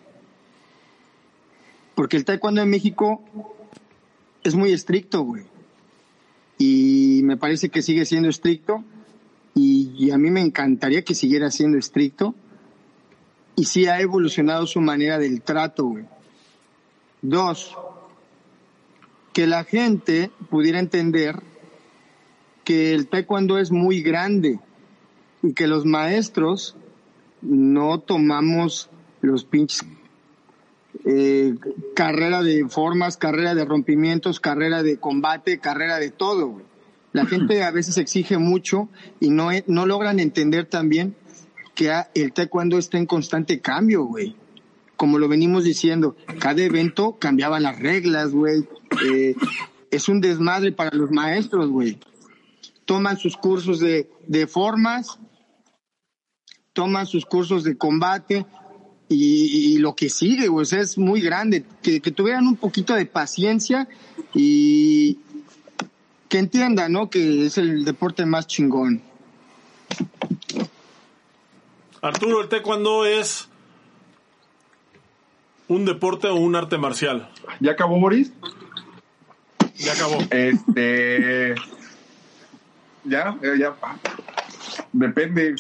[SPEAKER 4] Porque el taekwondo en México es muy estricto, güey. Y me parece que sigue siendo estricto y, y a mí me encantaría que siguiera siendo estricto y sí ha evolucionado su manera del trato, güey. Dos, que la gente pudiera entender que el taekwondo es muy grande y que los maestros no tomamos los pinches Eh, carrera de formas, carrera de rompimientos, carrera de combate, carrera de todo, güey. La gente a veces exige mucho y no, no logran entender también que el taekwondo está en constante cambio, güey. Como lo venimos diciendo, cada evento cambiaban las reglas, güey. Eh, es un desmadre para los maestros, güey. Toman sus cursos de, de formas, toman sus cursos de combate, Y, y lo que sigue, pues es muy grande. Que, que tuvieran un poquito de paciencia y que entiendan, ¿no? Que es el deporte más chingón.
[SPEAKER 1] Arturo, ¿el taekwondo es un deporte o un arte marcial?
[SPEAKER 2] ¿Ya acabó, Boris?
[SPEAKER 1] Ya acabó.
[SPEAKER 2] Este... Ya, ya, ya. Depende.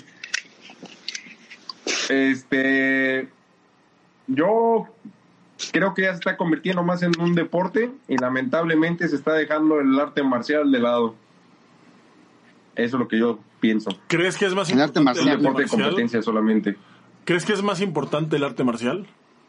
[SPEAKER 2] Este... Yo creo que ya se está convirtiendo más en un deporte y lamentablemente se está dejando el arte marcial de lado. Eso es lo que yo pienso.
[SPEAKER 1] ¿Crees que es más
[SPEAKER 4] El arte
[SPEAKER 1] importante
[SPEAKER 4] marcial.
[SPEAKER 1] el
[SPEAKER 2] Es un
[SPEAKER 1] arte
[SPEAKER 2] deporte de
[SPEAKER 1] marcial?
[SPEAKER 2] competencia solamente.
[SPEAKER 1] ¿Crees que es más importante el arte marcial?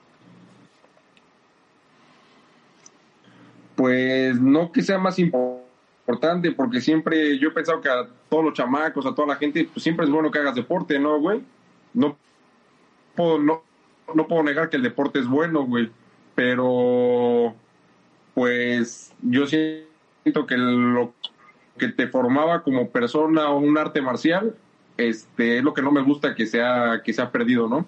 [SPEAKER 2] Pues no que sea más importante, porque siempre yo he pensado que a todos los chamacos, a toda la gente, pues siempre es bueno que hagas deporte, ¿no, güey? No puedo, no, no puedo negar que el deporte es bueno, güey, pero pues yo siento que lo que te formaba como persona o un arte marcial, este, es lo que no me gusta que sea, que se ha perdido, ¿no?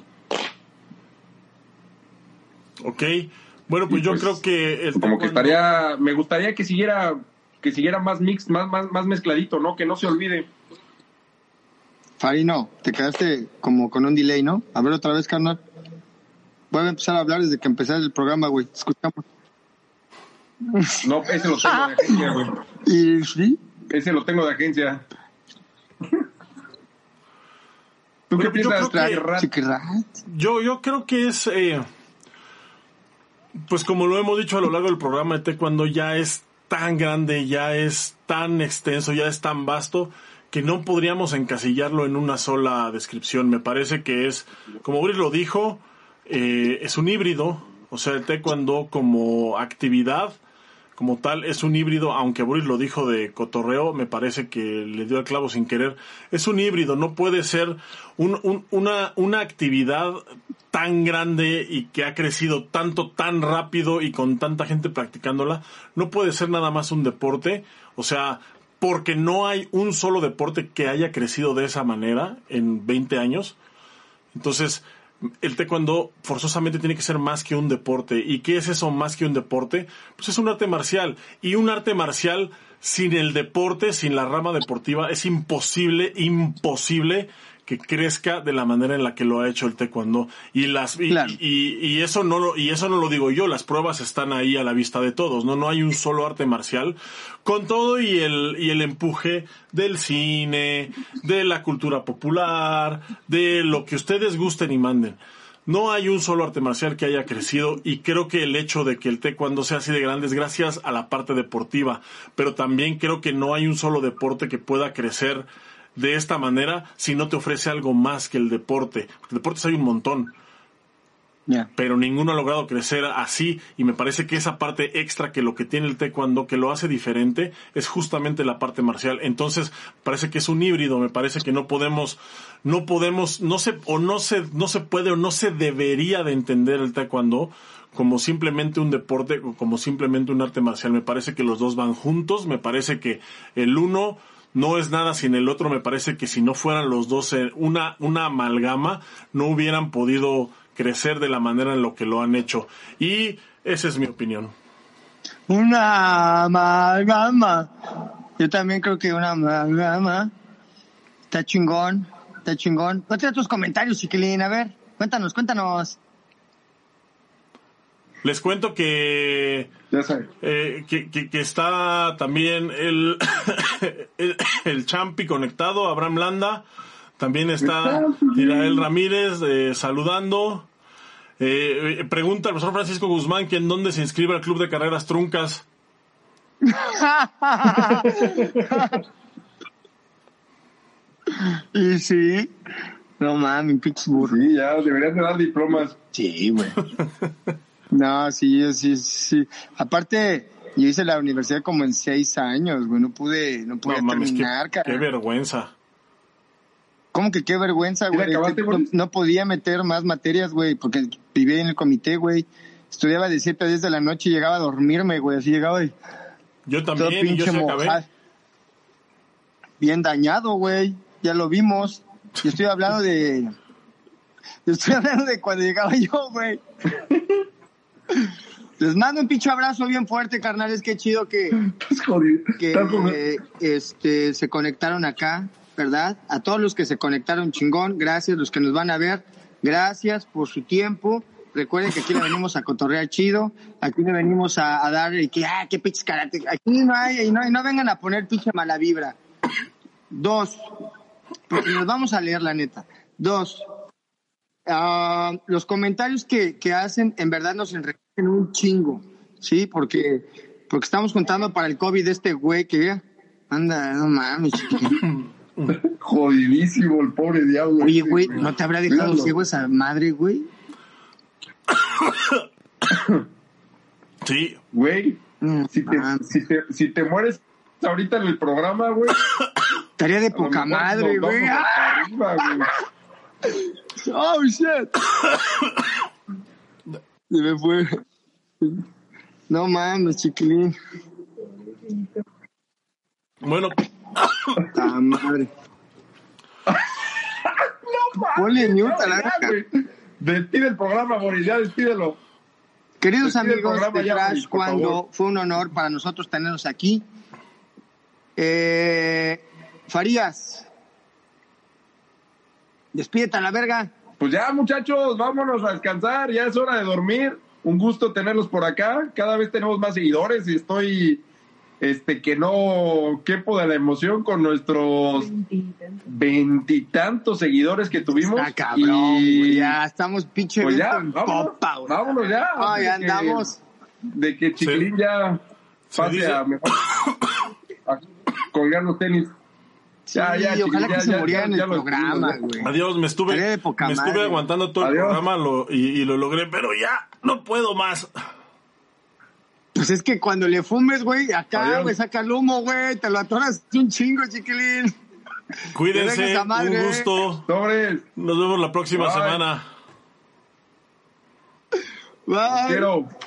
[SPEAKER 1] Ok. Bueno, pues
[SPEAKER 2] Y
[SPEAKER 1] yo
[SPEAKER 2] pues,
[SPEAKER 1] creo que el
[SPEAKER 2] como que
[SPEAKER 1] taekwondo-
[SPEAKER 2] estaría, me gustaría que siguiera, que siguiera más mix, más, más, más mezcladito, ¿no? Que no se olvide.
[SPEAKER 4] Farino, te quedaste como con un delay, ¿no? A ver otra vez, carnal. Voy a empezar a hablar desde que empecé el programa, güey. Te escuchamos.
[SPEAKER 2] No, ese lo tengo de agencia, güey.
[SPEAKER 4] ¿Y sí?
[SPEAKER 2] Ese lo tengo de agencia. ¿Tú
[SPEAKER 1] Bueno,
[SPEAKER 2] qué
[SPEAKER 1] yo
[SPEAKER 2] piensas,
[SPEAKER 1] creo que-
[SPEAKER 2] Rat?
[SPEAKER 4] Chiquirrat.
[SPEAKER 1] Yo, yo creo que es, eh, pues como lo hemos dicho a lo largo del programa, el taekwondo ya es tan grande, ya es tan extenso, ya es tan vasto, que no podríamos encasillarlo en una sola descripción. Me parece que es, como Boris lo dijo, eh, es un híbrido, o sea, el taekwondo como actividad, como tal, es un híbrido, aunque Boris lo dijo de cotorreo, me parece que le dio el clavo sin querer. Es un híbrido, no puede ser un, un, una, una actividad tan grande y que ha crecido tanto, tan rápido y con tanta gente practicándola. No puede ser nada más un deporte, o sea, porque no hay un solo deporte que haya crecido de esa manera en veinte años. Entonces, el taekwondo forzosamente tiene que ser más que un deporte. ¿Y qué es eso más que un deporte? Pues es un arte marcial. Y un arte marcial sin el deporte, sin la rama deportiva, es imposible, imposible que crezca de la manera en la que lo ha hecho el taekwondo. Y las y,
[SPEAKER 4] Claro.
[SPEAKER 1] y, y eso no lo, y eso no lo digo yo, las pruebas están ahí a la vista de todos, no no hay un solo arte marcial con todo y el y el empuje del cine, de la cultura popular, de lo que ustedes gusten y manden. No hay un solo arte marcial que haya crecido, y creo que el hecho de que el taekwondo sea así de grande es gracias a la parte deportiva, pero también creo que no hay un solo deporte que pueda crecer de esta manera si no te ofrece algo más que el deporte. Deportes hay un montón.
[SPEAKER 4] Yeah.
[SPEAKER 1] Pero ninguno ha logrado crecer así, y me parece que esa parte extra que lo que tiene el taekwondo, que lo hace diferente, es justamente la parte marcial. Entonces, parece que es un híbrido, me parece que no podemos, no podemos, no se, o no se, no se puede o no se debería de entender el taekwondo como simplemente un deporte o como simplemente un arte marcial. Me parece que los dos van juntos, me parece que el uno no es nada sin el otro, me parece que si no fueran los dos una, una amalgama, no hubieran podido crecer de la manera en lo que lo han hecho. Y esa es mi opinión.
[SPEAKER 4] Una amalgama. Yo también creo que una amalgama. Está chingón, está chingón. Cuéntanos tus comentarios, Chiquilín. A ver, cuéntanos, cuéntanos.
[SPEAKER 1] Les cuento que
[SPEAKER 2] Ya sé.
[SPEAKER 1] eh, que, que, que está también el, el, el Champi conectado, Abraham Landa. También está Irael Ramírez eh, saludando. Eh, eh, pregunta al profesor Francisco Guzmán que en dónde se inscribe al Club de Carreras Truncas.
[SPEAKER 4] Y sí. No mames, pinches burro.
[SPEAKER 2] Sí, ya deberían de dar diplomas.
[SPEAKER 4] Sí, güey. No, sí, yo sí, sí. Aparte, yo hice la universidad como en seis años, güey. No pude, no pude
[SPEAKER 1] No mames, qué,
[SPEAKER 4] terminar, cara.
[SPEAKER 1] qué vergüenza.
[SPEAKER 4] ¿Cómo que qué vergüenza,
[SPEAKER 2] ¿Sí la
[SPEAKER 4] güey?
[SPEAKER 2] acabaste,
[SPEAKER 4] No,
[SPEAKER 2] Boris?
[SPEAKER 4] no podía meter más materias, güey, porque vivía en el comité, güey. Estudiaba de siete a diez de la noche y llegaba a dormirme, güey. Así llegaba y
[SPEAKER 1] Yo
[SPEAKER 4] todo
[SPEAKER 1] también, y yo
[SPEAKER 4] pinche
[SPEAKER 1] sí acabé.
[SPEAKER 4] mojado. Bien dañado, güey. Ya lo vimos. Yo estoy hablando de... Yo estoy hablando de cuando llegaba yo, güey. Les mando un pinche abrazo bien fuerte, carnales. Qué chido que,
[SPEAKER 2] Estás jodido.
[SPEAKER 4] que
[SPEAKER 2] Estás jodido.
[SPEAKER 4] eh, este, se conectaron acá, ¿verdad? A todos los que se conectaron, chingón. Gracias, los que nos van a ver. Gracias por su tiempo. Recuerden que aquí le venimos a cotorrear chido. Aquí le venimos a, a dar y que, ah, qué pinches karate. Aquí no hay, no, no vengan a poner pinche mala vibra. Dos, porque nos vamos a leer la neta. Dos, uh, los comentarios que, que hacen en verdad nos enriquecen un chingo, ¿sí? Porque, porque estamos contando para el COVID de este güey que anda, no mames, chiquillo.
[SPEAKER 2] Jodidísimo el pobre diablo.
[SPEAKER 4] Oye,
[SPEAKER 2] ese,
[SPEAKER 4] güey, ¿no te habrá dejado
[SPEAKER 2] Míralo.
[SPEAKER 4] ciego esa madre, güey?
[SPEAKER 1] Sí,
[SPEAKER 2] Güey,
[SPEAKER 4] Mm,
[SPEAKER 2] si te,
[SPEAKER 4] ah,
[SPEAKER 2] si, te, si te mueres ahorita en el programa, güey.
[SPEAKER 4] Estaría de
[SPEAKER 2] a lo
[SPEAKER 4] poca
[SPEAKER 2] mejor
[SPEAKER 4] madre,
[SPEAKER 2] nos
[SPEAKER 4] güey.
[SPEAKER 2] vamos
[SPEAKER 4] ¡Ah!
[SPEAKER 2] hasta arriba, güey.
[SPEAKER 4] Oh, shit. Se me fue. No mames, chiquilín.
[SPEAKER 1] bueno,
[SPEAKER 4] La madre. Ponle mute a la
[SPEAKER 2] Ya,
[SPEAKER 4] verga.
[SPEAKER 2] güey. Despide el programa, Boris, ya despídelo.
[SPEAKER 4] Queridos
[SPEAKER 2] Despide el
[SPEAKER 4] amigos
[SPEAKER 2] programa
[SPEAKER 4] de
[SPEAKER 2] ya,
[SPEAKER 4] Trash,
[SPEAKER 2] Boris, por
[SPEAKER 4] cuando
[SPEAKER 2] favor.
[SPEAKER 4] fue un honor para nosotros tenerlos aquí. Eh, Farías, despídete a la verga.
[SPEAKER 2] Pues ya, muchachos, vámonos a descansar, ya es hora de dormir. Un gusto tenerlos por acá. Cada vez tenemos más seguidores y estoy este que no quepo de la emoción con nuestros veintitantos seguidores que tuvimos.
[SPEAKER 4] Ah, cabrón,
[SPEAKER 2] y
[SPEAKER 4] güey, ya estamos pinche
[SPEAKER 2] pues ya,
[SPEAKER 4] evento en
[SPEAKER 2] vámonos,
[SPEAKER 4] popa, güey.
[SPEAKER 2] vámonos ya.
[SPEAKER 4] Ah, ya
[SPEAKER 2] de que-
[SPEAKER 4] andamos.
[SPEAKER 2] De que Chiquilín ya
[SPEAKER 1] se
[SPEAKER 2] pase
[SPEAKER 1] dice-
[SPEAKER 2] a mejor a colgar los tenis.
[SPEAKER 4] Sí,
[SPEAKER 2] Ya, ya,
[SPEAKER 4] ojalá
[SPEAKER 2] chiquilín,
[SPEAKER 4] que
[SPEAKER 2] ya,
[SPEAKER 4] se
[SPEAKER 2] ya,
[SPEAKER 4] muriera
[SPEAKER 2] ya,
[SPEAKER 4] en el
[SPEAKER 2] ya lo
[SPEAKER 4] programa,
[SPEAKER 2] estuvimos,
[SPEAKER 4] güey.
[SPEAKER 1] adiós, me estuve,
[SPEAKER 4] Estaría de poca
[SPEAKER 1] me estuve
[SPEAKER 4] madre.
[SPEAKER 1] aguantando todo el
[SPEAKER 2] Adiós.
[SPEAKER 1] programa lo, y, y lo logré, pero ya no puedo más.
[SPEAKER 4] Pues es que cuando le fumes, güey, acá,
[SPEAKER 2] Adiós.
[SPEAKER 4] güey, saca el humo, güey, te lo atoras un chingo, chiquilín.
[SPEAKER 1] Cuídense,
[SPEAKER 4] Te dejas a madre.
[SPEAKER 1] un gusto.
[SPEAKER 2] Sobres.
[SPEAKER 1] Nos vemos la próxima
[SPEAKER 2] Bye.
[SPEAKER 1] semana.
[SPEAKER 4] Bye.
[SPEAKER 2] Quiero.